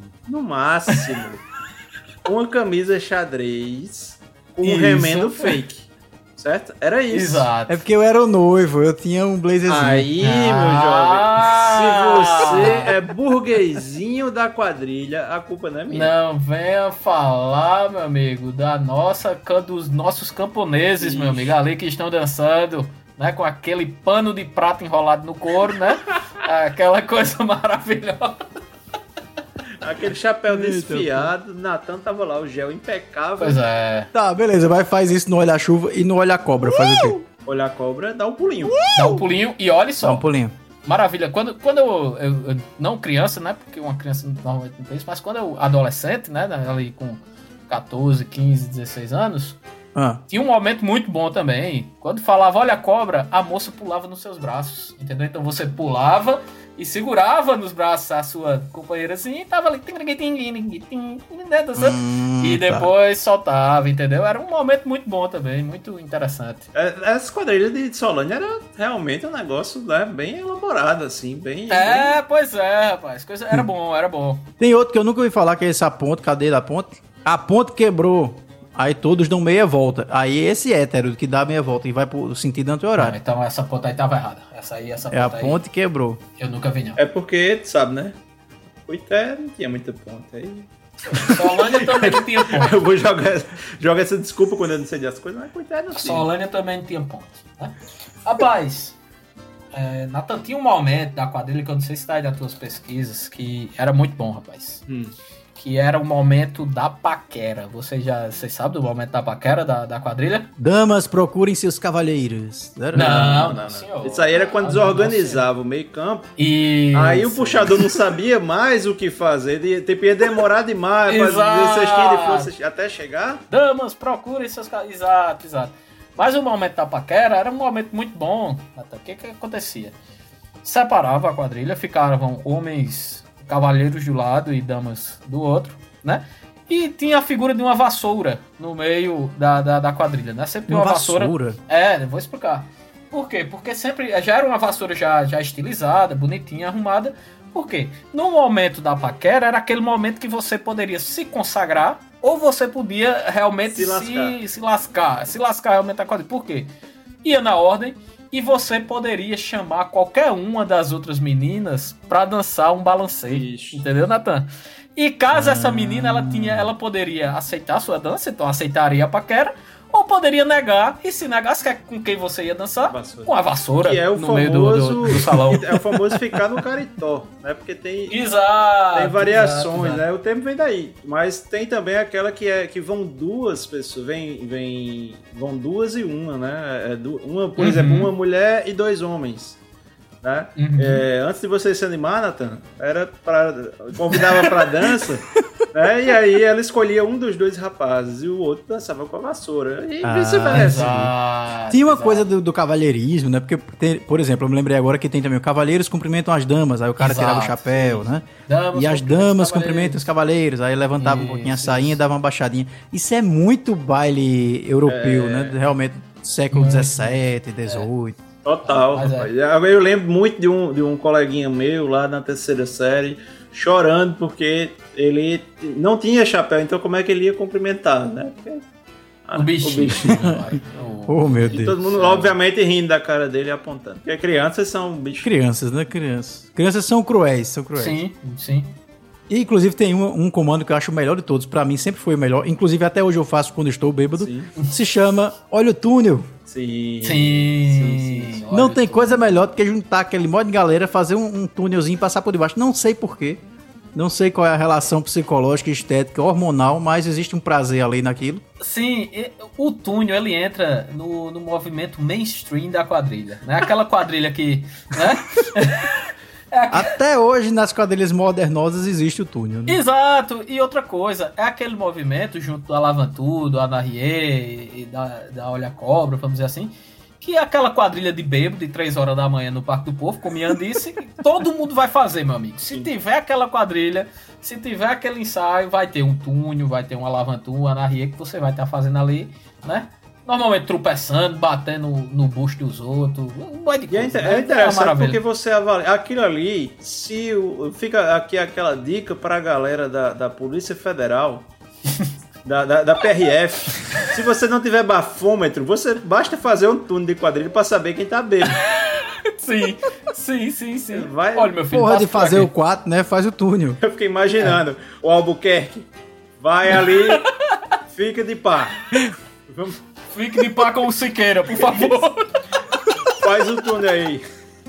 uma camisa xadrez com um remendo fake. Certo? Era isso. Exato. É porque eu era o noivo, eu tinha um blazerzinho. Aí, meu jovem, se você é burguesinho da quadrilha, a culpa não é minha. Não venha falar, meu amigo, dos nossos camponeses, meu amigo, ali que estão dançando, né, com aquele pano de prata enrolado no couro, né? Aquela coisa maravilhosa. Aquele chapéu desfiado, Nathan tava lá, o gel impecável. Pois é. Tá, beleza, vai faz isso no olha a chuva e no olha a cobra, faz o quê? Olha a cobra, dá um pulinho. Dá um pulinho e olha só. Dá um pulinho. Maravilha. Quando eu não criança, né, porque uma criança normalmente não tem isso, mas quando eu adolescente, né, ali com 14, 15, 16 anos, tinha um momento muito bom também. Quando falava olha a cobra, a moça pulava nos seus braços, entendeu? Então você pulava e segurava nos braços a sua companheira assim, e tava ali dançando, e depois soltava, entendeu? Era um momento muito bom também, muito interessante. Essa quadrilha de Solânia era realmente um negócio, né, bem elaborado, assim, bem... Pois é, rapaz, era bom. Tem outro que eu nunca ouvi falar, que é essa ponte, cadeira da ponte. A ponte quebrou. Aí todos dão meia volta. Aí esse hétero que dá meia volta e vai pro sentido anti-horário. Não, então essa ponta aí tava errada. Essa ponte quebrou. Eu nunca vi, não. É porque, tu sabe, né? Coité não tinha muita ponta aí. Solânia também não tinha ponte. Eu vou jogar essa desculpa quando eu não sei das coisas, mas Coité não tinha. Solânia também não tinha ponte, né? Rapaz, Nathan, tinha um momento da quadrilha que eu não sei se tá aí das tuas pesquisas, que era muito bom, rapaz. Que que era o momento da paquera. Vocês sabem do momento da paquera da quadrilha? Damas, procurem seus cavalheiros. Não, senhor. Isso aí era quando desorganizava o meio campo. Isso. Aí o puxador não sabia mais o que fazer. Ia demorar demais pra dizer cestinha de força até chegar. Damas, procurem seus cavalheiros. Exato. Mas o momento da paquera era um momento muito bom. Até o que acontecia? Separava a quadrilha, ficavam homens cavaleiros de um lado e damas do outro, né? E tinha a figura de uma vassoura no meio da quadrilha, né? Sempre uma vassoura. Vou explicar. Por quê? Porque sempre já era uma vassoura já estilizada, bonitinha, arrumada. Por quê? No momento da paquera era aquele momento que você poderia se consagrar ou você podia realmente se lascar realmente a quadrilha. Por quê? Ia na ordem e você poderia chamar qualquer uma das outras meninas pra dançar um balanceio. Ixi. Entendeu, Natan? E caso essa menina ela poderia aceitar a sua dança, então aceitaria a paquera, ou poderia negar, e se negasse, com quem você ia dançar? Com a vassoura, que é o no famoso, meio do salão. É o famoso ficar no caritó, né? Porque tem variações, exato. Né? O termo vem daí. Mas tem também aquela que vão duas pessoas, vão duas e uma, né? Por exemplo, uma mulher e dois homens. Né? Antes de você se animar, Nathan, convidava pra dança, né? E aí ela escolhia um dos dois rapazes e o outro dançava com a vassoura e vice-versa. Tinha uma coisa do cavalheirismo, né? Porque, por exemplo, eu me lembrei agora que tem também os cavaleiros cumprimentam as damas, aí o cara tirava o chapéu, né? E as damas cumprimentam os cavaleiros, aí levantava um pouquinho a sainha e dava uma baixadinha. Isso é muito baile europeu, né? Realmente, século XVII, XVIII. Total. Eu lembro muito de um coleguinha meu lá na terceira série chorando porque ele não tinha chapéu, então como é que ele ia cumprimentar, né? Porque, o bichinho. Oh, meu Deus. E todo mundo, obviamente, rindo da cara dele e apontando. Porque crianças são bichos. Crianças, né? Crianças são cruéis, Sim. E, inclusive, tem um comando que eu acho o melhor de todos. Pra mim, sempre foi o melhor. Inclusive, até hoje eu faço quando estou bêbado. Sim. Se chama Olha o Túnel. Sim. Não tem coisa melhor do que juntar aquele monte de galera, fazer um túnelzinho e passar por debaixo. Não sei porquê. Não sei qual é a relação psicológica, estética, hormonal, mas existe um prazer ali naquilo. Sim, o túnel, ele entra no movimento mainstream da quadrilha. Né? Aquela quadrilha que... Né? Até hoje, nas quadrilhas modernosas, existe o túnel. Né? Exato. E outra coisa, é aquele movimento junto do Alavantu, do Anarrier e da Olha Cobra, vamos dizer assim, que é aquela quadrilha de bêbado de 3 horas da manhã no Parque do Povo, como Ian disse, todo mundo vai fazer, meu amigo. Se tiver aquela quadrilha, se tiver aquele ensaio, vai ter um túnel, vai ter um Alavantu, um Anarrier que você vai estar fazendo ali, né? Normalmente tropeçando, batendo no busto dos outros. É interessante porque você avalia. Aquilo ali, fica aqui aquela dica pra galera da Polícia Federal, da PRF. Se você não tiver bafômetro, basta fazer um túnel de quadrilha pra saber quem tá bêbado. Sim. Olha, meu filho. Porra de fazer o 4, né? Faz o túnel. Eu fiquei imaginando. O Albuquerque vai ali, fica de pá. Fique de pá com o Siqueira, por favor. Faz o túnel aí.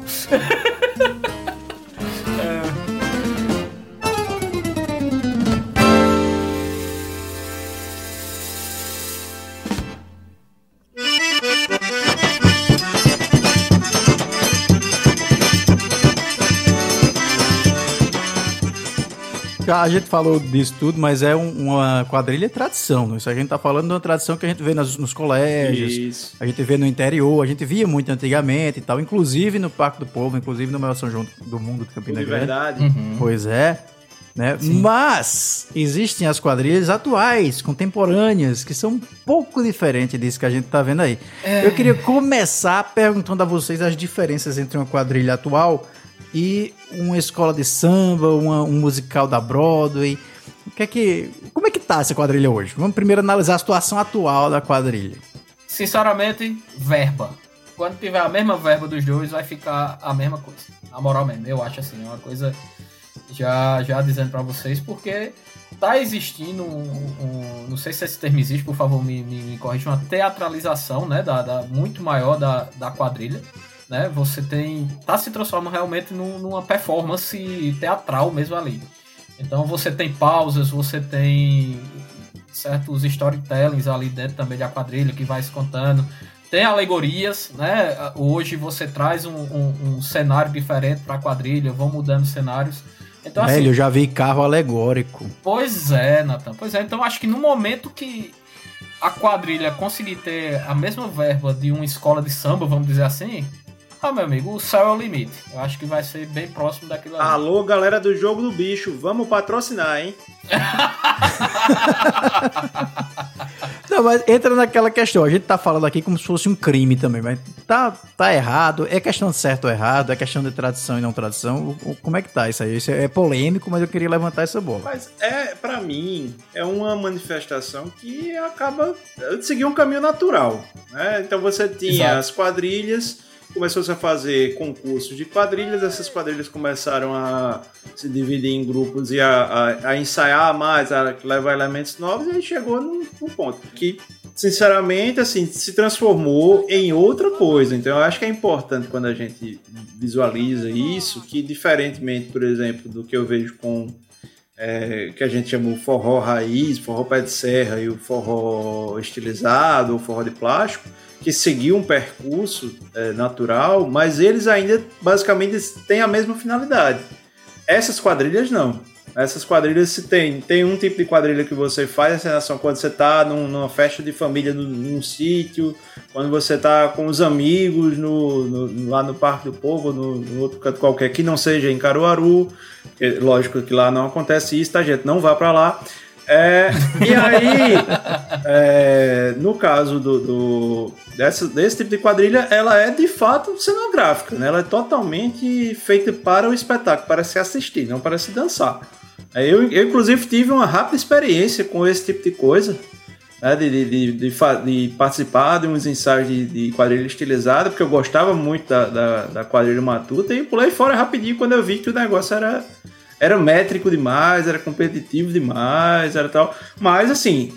A gente falou disso tudo, mas é uma quadrilha tradição. Isso a gente tá falando de uma tradição que a gente vê nos colégios, Isso. A gente vê no interior, a gente via muito antigamente e tal, inclusive no Parque do Povo, inclusive no maior São João do mundo de Campina Grande. Verdade. Pois é. Né? Mas existem as quadrilhas atuais, contemporâneas, que são um pouco diferentes disso que a gente tá vendo aí. Eu queria começar perguntando a vocês as diferenças entre uma quadrilha atual e uma escola de samba, um musical da Broadway. Como é que tá essa quadrilha hoje? Vamos primeiro analisar a situação atual da quadrilha. Sinceramente, verba. Quando tiver a mesma verba dos dois, vai ficar a mesma coisa. Na moral mesmo, eu acho assim, é uma coisa já dizendo pra vocês, porque tá existindo não sei se esse termo existe, por favor me corrija, uma teatralização, né, muito maior da quadrilha. Né? Você tá se transformando realmente numa performance teatral mesmo ali. Então você tem pausas, você tem certos storytellings ali dentro também da quadrilha que vai se contando. Tem alegorias, né? Hoje você traz um cenário diferente para a quadrilha, vão mudando cenários. Então, assim, eu já vi carro alegórico. Pois é, Nathan. Pois é, então acho que no momento que a quadrilha conseguir ter a mesma verba de uma escola de samba, vamos dizer assim, meu amigo, o céu é o limite. Eu acho que vai ser bem próximo daquilo ali. Alô, galera do Jogo do Bicho, vamos patrocinar, hein? Não, mas entra naquela questão, a gente tá falando aqui como se fosse um crime também, mas tá errado, é questão de certo ou errado, é questão de tradição e não tradição, como é que tá isso aí? Isso é polêmico, mas eu queria levantar essa bola. Mas pra mim, é uma manifestação que acaba de seguir um caminho natural, né? Então você tinha as quadrilhas, começou-se a fazer concursos de quadrilhas, essas quadrilhas começaram a se dividir em grupos e a ensaiar mais, a levar elementos novos, e aí chegou num ponto que, sinceramente, assim, se transformou em outra coisa. Então eu acho que é importante quando a gente visualiza isso, que diferentemente, por exemplo, do que eu vejo com que a gente chama o forró raiz, forró pé de serra e o forró estilizado, ou forró de plástico, que seguiu um percurso natural, mas eles ainda basicamente têm a mesma finalidade. Essas quadrilhas não. Essas quadrilhas tem um tipo de quadrilha que você faz a encenação quando você está numa festa de família num sítio, quando você está com os amigos lá no Parque do Povo, no outro canto qualquer, que não seja em Caruaru. Lógico que lá não acontece isso, tá, gente? Não vá para lá. E aí, no caso desse tipo de quadrilha, ela é de fato cenográfica, né? Ela é totalmente feita para o espetáculo, para se assistir, não para se dançar. Eu inclusive, tive uma rápida experiência com esse tipo de coisa, né? De participar de uns ensaios de quadrilha estilizada, porque eu gostava muito da quadrilha matuta, e pulei fora rapidinho quando eu vi que o negócio era métrico demais, era competitivo demais, era tal. Mas, assim,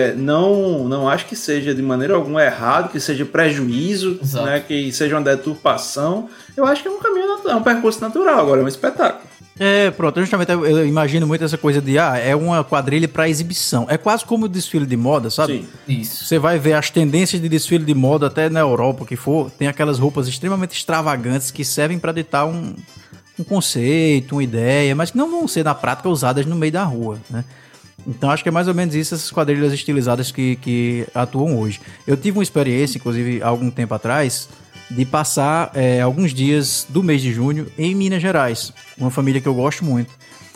não acho que seja de maneira alguma errado, que seja prejuízo, né, que seja uma deturpação. Eu acho que é um caminho natural, é um percurso natural, agora é um espetáculo. Pronto, justamente eu imagino muito essa coisa de, é uma quadrilha para exibição. É quase como o desfile de moda, sabe? Sim. Isso. Você vai ver as tendências de desfile de moda, até na Europa, que for, tem aquelas roupas extremamente extravagantes que servem para ditar um conceito, uma ideia, mas que não vão ser na prática usadas no meio da rua, né? Então acho que é mais ou menos isso, essas quadrilhas estilizadas que atuam hoje. Eu tive uma experiência, inclusive há algum tempo atrás, de passar alguns dias do mês de junho em Minas Gerais, uma família que eu gosto muito.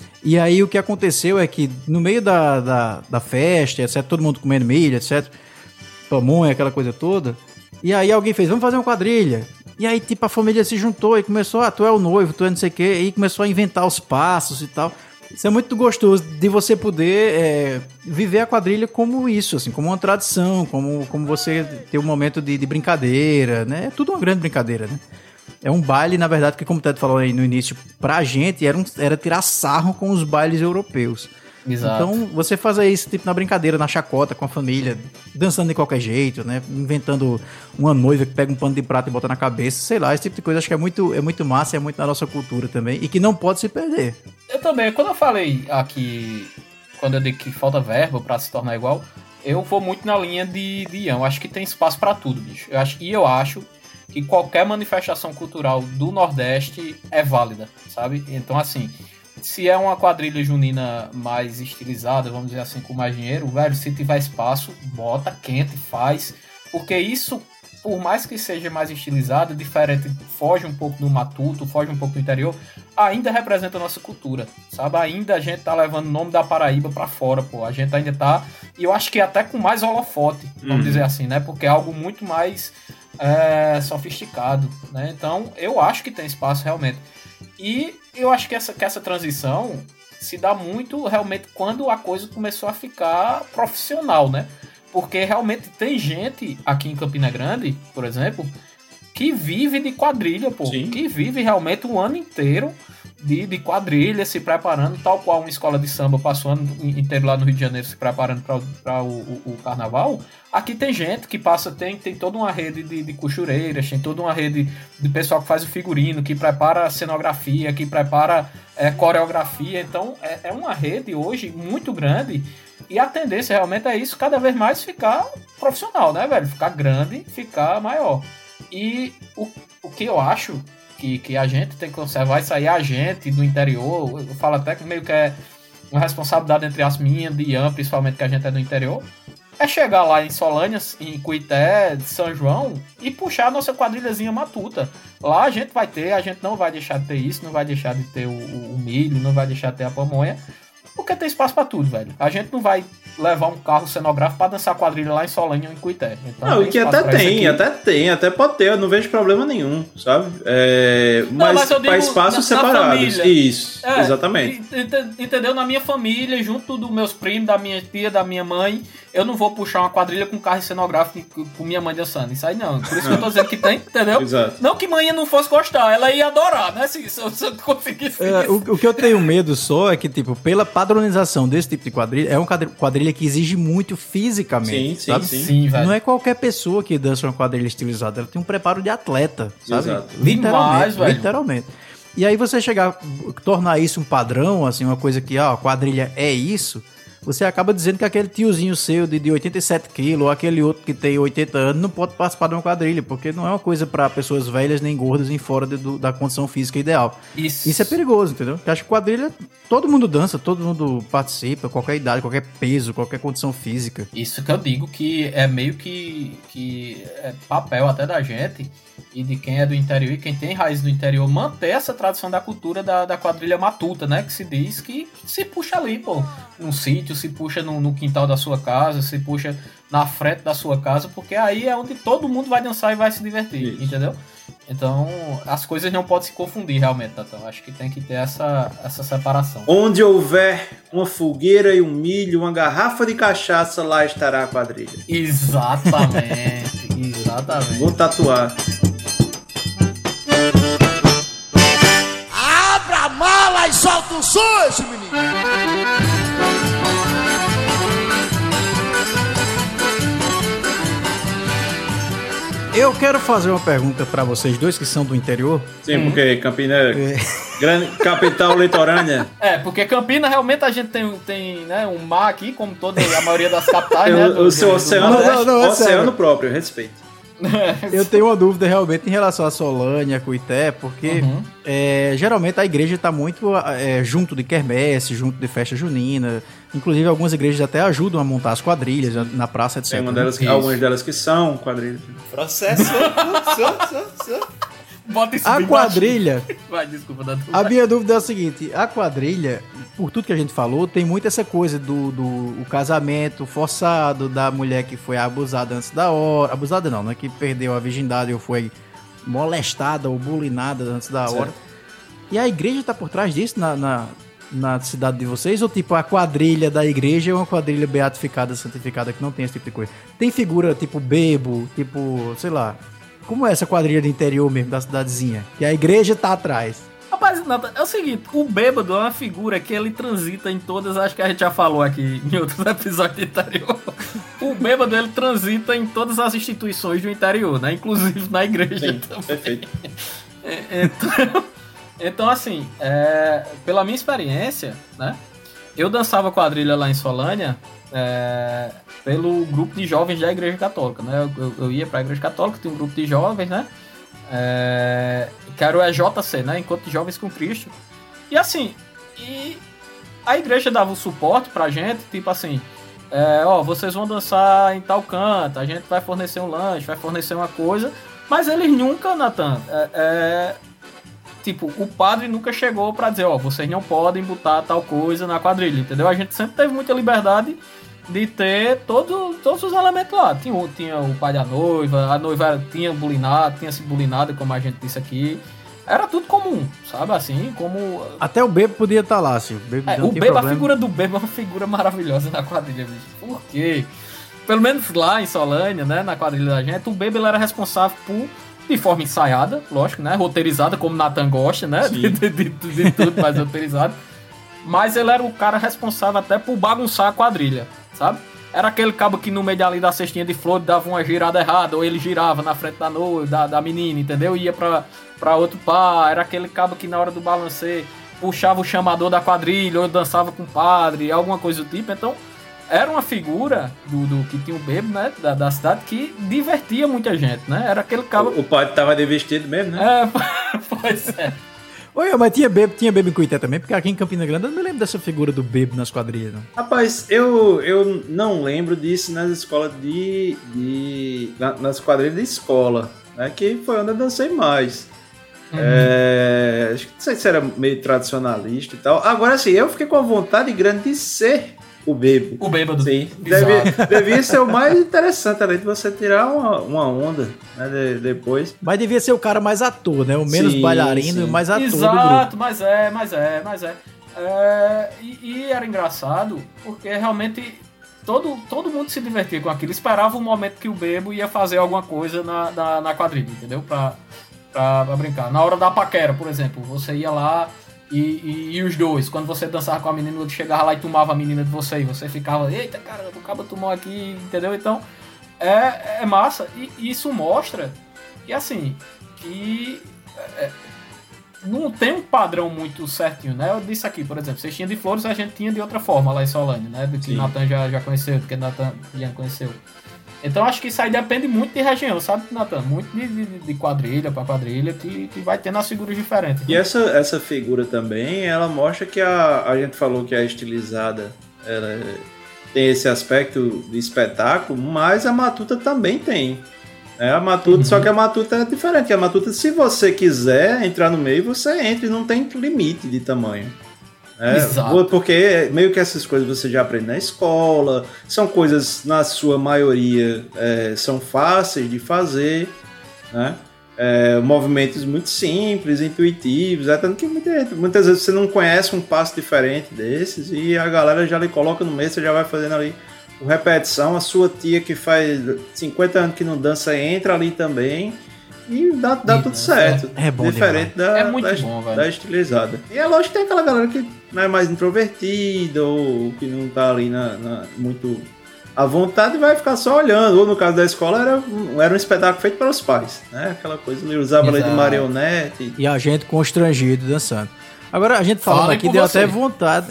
E aí o que aconteceu é que no meio da festa, etc, todo mundo comendo milho, etc, pamonha, aquela coisa toda, e aí alguém fez, vamos fazer uma quadrilha. E aí, tipo, a família se juntou e começou, tu é o noivo, tu é não sei o quê, e começou a inventar os passos e tal. Isso é muito gostoso de você poder viver a quadrilha como isso, assim, como uma tradição, como você ter um momento de brincadeira, né? É tudo uma grande brincadeira, né? É um baile, na verdade, que como o Ted falou aí no início, pra gente era tirar sarro com os bailes europeus. Exato. Então, você fazer isso tipo na brincadeira, na chacota, com a família, dançando de qualquer jeito, né? Inventando uma noiva que pega um pano de prata e bota na cabeça, sei lá, esse tipo de coisa acho que é muito massa, é muito da nossa cultura também, e que não pode se perder. Eu também, quando eu falei aqui, quando eu digo que falta verba pra se tornar igual, eu vou muito na linha de Ian, eu acho que tem espaço pra tudo, bicho. Eu acho que qualquer manifestação cultural do Nordeste é válida, sabe? Então, assim, se é uma quadrilha junina mais estilizada, vamos dizer assim, com mais dinheiro, velho, se tiver espaço, bota quente, faz, porque isso, por mais que seja mais estilizado, diferente, foge um pouco do matuto, foge um pouco do interior, ainda representa a nossa cultura, sabe? Ainda a gente tá levando o nome da Paraíba pra fora, pô, a gente ainda tá, e eu acho que até com mais holofote, vamos dizer assim, né? Porque é algo muito mais sofisticado, né? Então, eu acho que tem espaço realmente. E eu acho que essa transição se dá muito realmente quando a coisa começou a ficar profissional, né? Porque realmente tem gente aqui em Campina Grande, por exemplo, que vive de quadrilha, pô. Sim. Que vive realmente o ano inteiro de quadrilha se preparando, tal qual uma escola de samba passou o ano inteiro lá no Rio de Janeiro se preparando para o carnaval. Aqui tem gente que passa, tem toda uma rede de costureiras, tem toda uma rede de pessoal que faz o figurino, que prepara a cenografia, que prepara coreografia. Então é uma rede hoje muito grande e a tendência realmente é isso, cada vez mais ficar profissional, né, velho? Ficar grande, ficar maior. E o que eu acho que a gente tem que conservar, isso aí a gente do interior, eu falo até que meio que é uma responsabilidade entre as minhas, de Ian, principalmente que a gente é do interior, é chegar lá em Solânia, em Cuité, São João e puxar a nossa quadrilhazinha matuta. Lá a gente não vai deixar de ter isso, não vai deixar de ter o milho, não vai deixar de ter a pamonha, porque tem espaço pra tudo, velho. A gente não vai levar um carro cenográfico pra dançar quadrilha lá em Solânia ou em Cuité. Então, não, e que até pode ter, eu não vejo problema nenhum, sabe? Mas para espaços separados. Isso, exatamente. Entendeu? Na minha família, junto dos meus primos, da minha tia, da minha mãe, eu não vou puxar uma quadrilha com carro cenográfico com minha mãe dançando. Isso aí não. Por isso que eu tô dizendo que tem, entendeu? Exato. Não que mãe não fosse gostar, ela ia adorar, né? Se eu conseguisse isso. O que eu tenho medo só é que, tipo, pela padronização desse tipo de quadrilha, é uma quadrilha que exige muito fisicamente, sabe? Sim, velho. Não é qualquer pessoa que dança uma quadrilha estilizada, ela tem um preparo de atleta, sabe? Exato. Literalmente. E aí você tornar isso um padrão, assim, uma coisa que, a quadrilha é isso, você acaba dizendo que aquele tiozinho seu de 87 quilos, ou aquele outro que tem 80 anos, não pode participar de uma quadrilha, porque não é uma coisa para pessoas velhas nem gordas nem fora da condição física ideal. Isso é perigoso, entendeu? Porque acho que quadrilha, todo mundo dança, todo mundo participa, qualquer idade, qualquer peso, qualquer condição física. Isso que eu digo que é meio que é papel até da gente e de quem é do interior e quem tem raiz do interior manter essa tradição da cultura da quadrilha matuta, né? Que se diz que se puxa ali, pô, num sítio, se puxa no quintal da sua casa, se puxa na frente da sua casa, porque aí é onde todo mundo vai dançar e vai se divertir, entendeu? Então, as coisas não podem se confundir realmente, Tatão. Acho que tem que ter essa separação. Onde houver uma fogueira e um milho, uma garrafa de cachaça, lá estará a quadrilha. Exatamente. Vou tatuar. Abra a mala e solta o som, esse menino. Eu quero fazer uma pergunta pra vocês dois que são do interior. Sim, porque Campina é grande capital litorânea. Porque Campina realmente a gente tem né, um mar aqui, como toda a maioria das capitais, né? O seu oceano, oceano próprio, respeito. Eu tenho uma dúvida realmente em relação a Solânia, Cuité, porque geralmente a igreja está muito junto de quermesse, junto de festa junina. Inclusive algumas igrejas até ajudam a montar as quadrilhas na praça, etc. Tem algumas delas que são quadrilhas. Processo. Bota isso a quadrilha. Vai, desculpa, a minha dúvida é a seguinte: a quadrilha, por tudo que a gente falou, tem muito essa coisa do casamento forçado, da mulher que foi abusada antes da hora. Abusada não, é que perdeu a virgindade ou foi molestada ou bulinada antes da hora. E a igreja tá por trás disso na cidade de vocês? Ou tipo, a quadrilha da igreja é uma quadrilha beatificada, santificada, que não tem esse tipo de coisa? Tem figura tipo bebo, tipo, sei lá. Como é essa quadrilha do interior mesmo, da cidadezinha? E a igreja tá atrás. Rapaz, é o seguinte, o bêbado é uma figura que ele transita em todas, acho que a gente já falou aqui em outros episódios do interior. O bêbado, ele transita em todas as instituições do interior, né? Inclusive na igreja. Sim, também. Perfeito. Então, assim, pela minha experiência, né? Eu dançava quadrilha lá em Solânia pelo grupo de jovens da Igreja Católica, né? Eu ia pra Igreja Católica, tinha um grupo de jovens, né? Que era o EJC, né? Encontro de Jovens com Cristo. E assim, a igreja dava o suporte pra gente, tipo assim, vocês vão dançar em tal canto, a gente vai fornecer um lanche, vai fornecer uma coisa, mas eles nunca, Nathan, tipo, o padre nunca chegou pra dizer, vocês não podem botar tal coisa na quadrilha, entendeu? A gente sempre teve muita liberdade de ter todos os elementos lá. Tinha o pai da noiva, a noiva tinha sido bulinada, como a gente disse aqui. Era tudo comum, sabe? Assim, como... Até o bebo podia estar lá, assim. O bebo, a figura do bebo é uma figura maravilhosa na quadrilha, bicho. Por quê? Pelo menos lá em Solânia, né, na quadrilha da gente, o bebo ele era responsável por de forma ensaiada, lógico, né? Roteirizada, como Nathan gosta, né? De tudo mais roteirizado. Mas ele era o cara responsável até por bagunçar a quadrilha, sabe? Era aquele cabo que no meio ali da cestinha de flores dava uma girada errada, ou ele girava na frente da noiva, da menina, entendeu? Ia pra outro par. Era aquele cabo que na hora do balancê puxava o chamador da quadrilha, ou dançava com o padre, alguma coisa do tipo. Então, era uma figura do que tinha o bebo, né? Da cidade, que divertia muita gente, né? Era aquele cabo... O padre tava de vestido mesmo, né? Pois é. Oi, mas tinha bebo em Cuité também, porque aqui em Campina Grande eu não me lembro dessa figura do bebo nas quadrilhas, não. Rapaz, eu não lembro disso nas escolas nas quadrilhas de escola, né? Que foi onde eu dancei mais. Acho que não sei se era meio tradicionalista e tal. Agora, assim, eu fiquei com a vontade grande de ser o bebo. O bêbado. Sim. Devia ser o mais interessante, além de você tirar uma onda, né, depois. Mas devia ser o cara mais ator, né? O menos bailarino e o mais ator do grupo. Exato, mas é. E era engraçado, porque realmente todo mundo se divertia com aquilo. Esperava o momento que o bebo ia fazer alguma coisa na quadrilha, entendeu? Pra brincar. Na hora da paquera, por exemplo, você ia lá e os dois, quando você dançava com a menina, ele chegava lá e tomava a menina de você, e você ficava, eita, cara, o cabo tomou aqui, entendeu? Então, é massa, e isso mostra que, assim, não tem um padrão muito certinho, né? Eu disse aqui, por exemplo, Cestinha de Flores a gente tinha de outra forma lá em Solane, né? Do que Nathan já conheceu, do que Nathan Ian conheceu. Então acho que isso aí depende muito de região, sabe, Nathan? Muito de quadrilha para quadrilha que vai ter nas figuras diferentes. E essa figura também, ela mostra que a gente falou que a estilizada ela tem esse aspecto de espetáculo, mas a matuta também tem. A matuta, só que a matuta é diferente. A matuta, se você quiser entrar no meio, você entra e não tem limite de tamanho. Porque meio que essas coisas você já aprende na escola, são coisas, na sua maioria, são fáceis de fazer, né? Movimentos muito simples, intuitivos, tanto que muitas vezes você não conhece um passo diferente desses e a galera já lhe coloca no meio, você já vai fazendo ali repetição, a sua tia que faz 50 anos que não dança entra ali também e dá tudo certo. É bom diferente da estilizada. E é lógico que tem aquela galera que não é mais introvertida ou que não tá ali muito à vontade e vai ficar só olhando. Ou no caso da escola era um espetáculo feito para os pais, né? Aquela coisa, ele usava ali de marionete. E a gente constrangido dançando. Agora a gente falando aqui deu até vontade.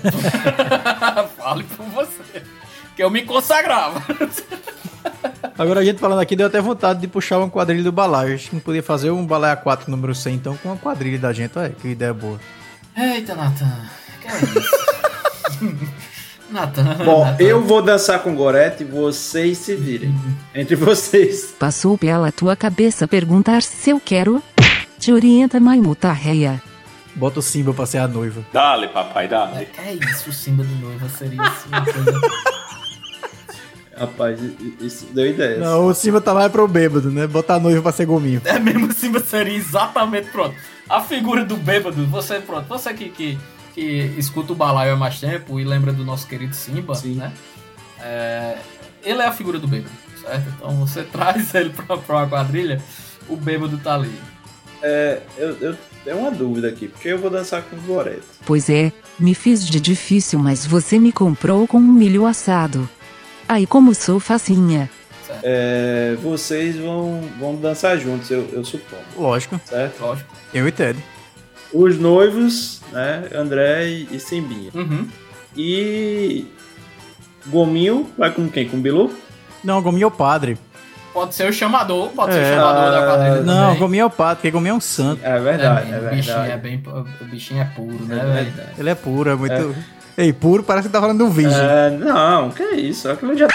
Fale por você. Que eu me consagrava. Agora a gente falando aqui deu até vontade de puxar uma quadrilha do balaio. A gente não podia fazer um balaio A4 número 100 então com uma quadrilha da gente. Olha que ideia boa. Eita, Nathan. Que é isso? Nathan. Bom, eu vou dançar com Gorete e vocês se virem. Entre vocês. Passou pela tua cabeça perguntar se eu quero? Te orienta, Maimuta Reia. Bota o Simba pra ser a noiva. Dale, papai, dale. Que é isso, o Simba de noiva seria assim uma coisa... Rapaz, isso deu ideia. Não, o Simba tá mais pro bêbado, né? Botar a noiva pra ser gominho. É mesmo, o Simba seria exatamente, pronto. A figura do bêbado, você que escuta o balaio há mais tempo e lembra do nosso querido Simba, sim, né? Ele é a figura do bêbado, certo? Então você traz ele pra uma quadrilha, o bêbado tá ali. Eu tenho uma dúvida aqui, porque eu vou dançar com o Gorete. Pois é, me fiz de difícil, mas você me comprou com um milho assado. Aí como sou facinha. Vocês vão dançar juntos, eu suponho. Lógico. Certo? Lógico. Eu e Ted. Os noivos, né? André e Simbinha. Uhum. E Gominho vai com quem? Com o Bilu? Não, Gominho é o padre. Pode ser o chamador, da quadrilha não, também. Gominho é o padre, porque Gominho é um santo. É verdade, O bichinho é puro, né, velho? Ele é puro, é muito... Ei, puro parece que tá falando do virgem. Não, que é isso? Aquilo já...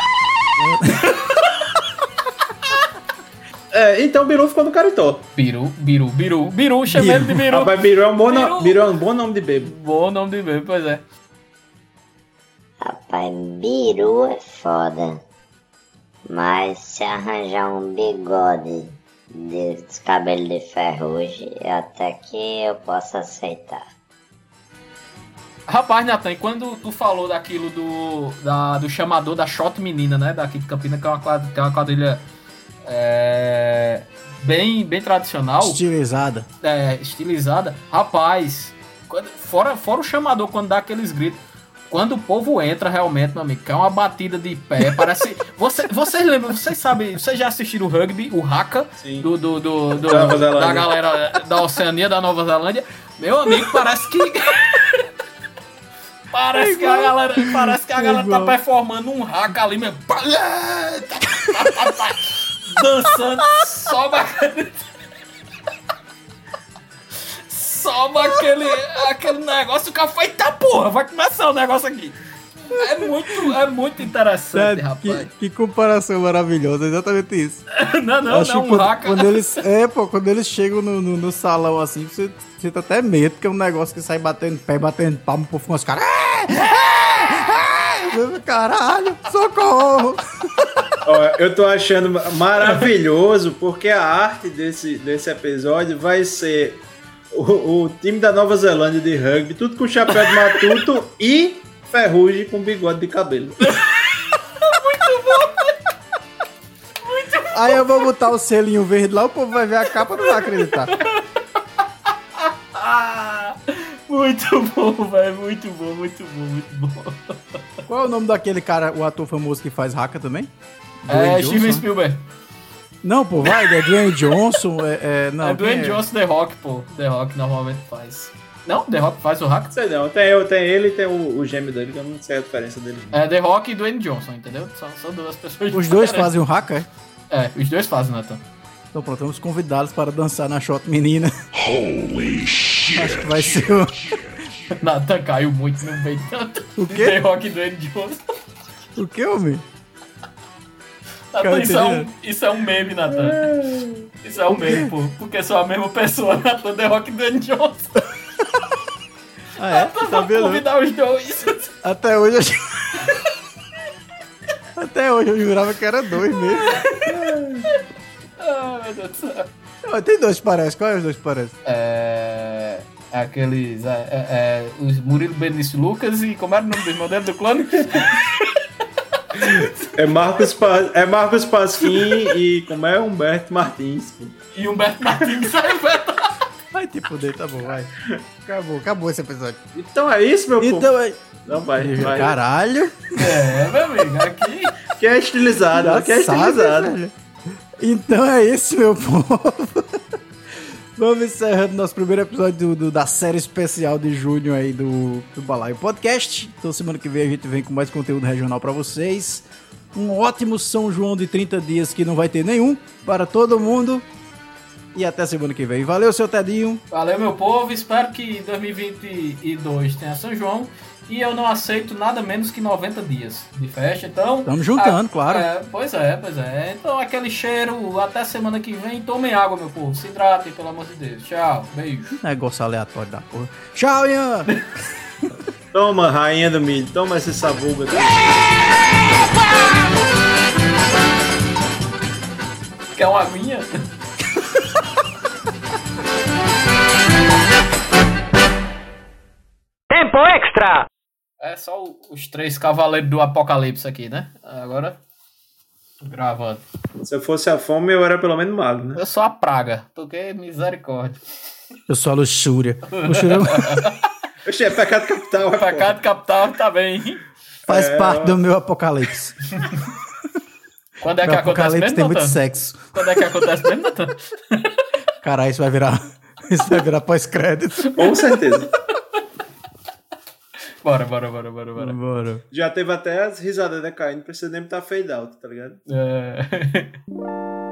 então o Biru ficou no Caritó. Biru, chama ele de Biru. Rapaz, Biru é um bom nome de bebo. Bom nome de bebo, pois é. Rapaz, Biru é foda. Mas se arranjar um bigode dos cabelos de ferrugem, até que eu posso aceitar. Rapaz, Nathan, quando tu falou daquilo do chamador da Shot Menina, né? Daqui de Campina, que é uma quadrilha bem tradicional. Estilizada. Estilizada. Rapaz, fora o chamador, quando dá aqueles gritos. Quando o povo entra, realmente, meu amigo, que é uma batida de pé, parece... Vocês lembram, vocês sabem, vocês já assistiram o rugby, o haka, da galera da Oceania, da Nova Zelândia? Meu amigo, parece que... Parece que a galera tá performando um haka ali mesmo. Dançando, sobe aquele negócio, o cara foi, tá porra, vai começar o negócio aqui. É muito interessante, rapaz. Que comparação maravilhosa, exatamente isso. Não, um haka. Quando eles chegam no salão assim, você sente até medo, porque é um negócio que sai batendo pé, batendo palmo, por fim, os caras... Caralho, socorro! Eu tô achando maravilhoso, porque a arte desse episódio vai ser o time da Nova Zelândia de rugby, tudo com chapéu de matuto e Ferrugem com bigode de cabelo. Muito bom! Aí eu vou botar o selinho verde lá, o povo vai ver a capa e não vai acreditar. Muito bom, velho. Muito bom. Qual é o nome daquele cara, o ator famoso que faz haka também? Steven Spielberg. Não, pô, vai, é Dwayne Johnson. Não, Dwayne Johnson, The Rock, pô. The Rock normalmente faz. Não? The Rock faz o haka? Não sei não, tem ele e tem o gêmeo dele, que eu não sei a diferença dele. The Rock e Dwayne Johnson, entendeu? São duas pessoas. Os dois fazem o haka, é? Os dois fazem, Nathan. Então pronto, vamos convidá-los para dançar na Shot Menina. Holy shit! Acho que vai ser o... Nathan caiu muito no meio tanto. O quê? The Rock e Dwayne Johnson. O que, homem? Nathan, isso é um meme, Nathan. Isso é um meme, pô. Porque são a mesma pessoa, Nathan, The Rock e Dwayne Johnson. Nathan, tá vendo? Convidar os dois. Até hoje eu jurava que era dois mesmo. Meu Deus do céu. Tem dois, parece. Qual é os dois, parece? Aqueles... os Murilo Benício Lucas e... Como era o nome dos modelos do clone? É Marcos Pasquim e... Como é? Humberto Martins. Pô. E Humberto Martins saiu verdade. Vai te fuder, tá bom, vai. Acabou esse episódio. Então é isso, meu povo. Não, vai. Caralho. Meu amigo, aqui... Que é estilizado, aqui é estilizado. Velho. Então é isso, meu povo. Vamos encerrando nosso primeiro episódio da série especial de junho aí do Balaio Podcast. Então semana que vem a gente vem com mais conteúdo regional pra vocês. Um ótimo São João de 30 dias que não vai ter nenhum para todo mundo. E até semana que vem. Valeu, seu Tedinho. Valeu, meu povo. Espero que 2022 tenha São João. E eu não aceito nada menos que 90 dias de festa, então... Estamos juntando, claro. Pois é. Então, aquele cheiro, até semana que vem. Tomem água, meu povo. Se hidratem, pelo amor de Deus. Tchau, beijo. Negócio aleatório da porra. Tchau, Ian! Toma, rainha do milho. Toma esse sabugo aqui. Quer uma aguinha? Tempo extra! É só os 3 cavaleiros do apocalipse aqui, né? Agora, gravando. Se eu fosse a fome, eu era pelo menos magro, né? Eu sou a praga, porque misericórdia. Eu sou a luxúria. Oxe, é pecado capital. Pecado capital, tá bem. Faz parte do meu apocalipse. Quando é que acontece mesmo, tem muito sexo. Quando é que acontece mesmo, Nathan? Caralho, isso vai virar pós-crédito. Com certeza. Bora. Já teve até as risadas, né, caindo. Não precisa nem estar fade out, tá ligado?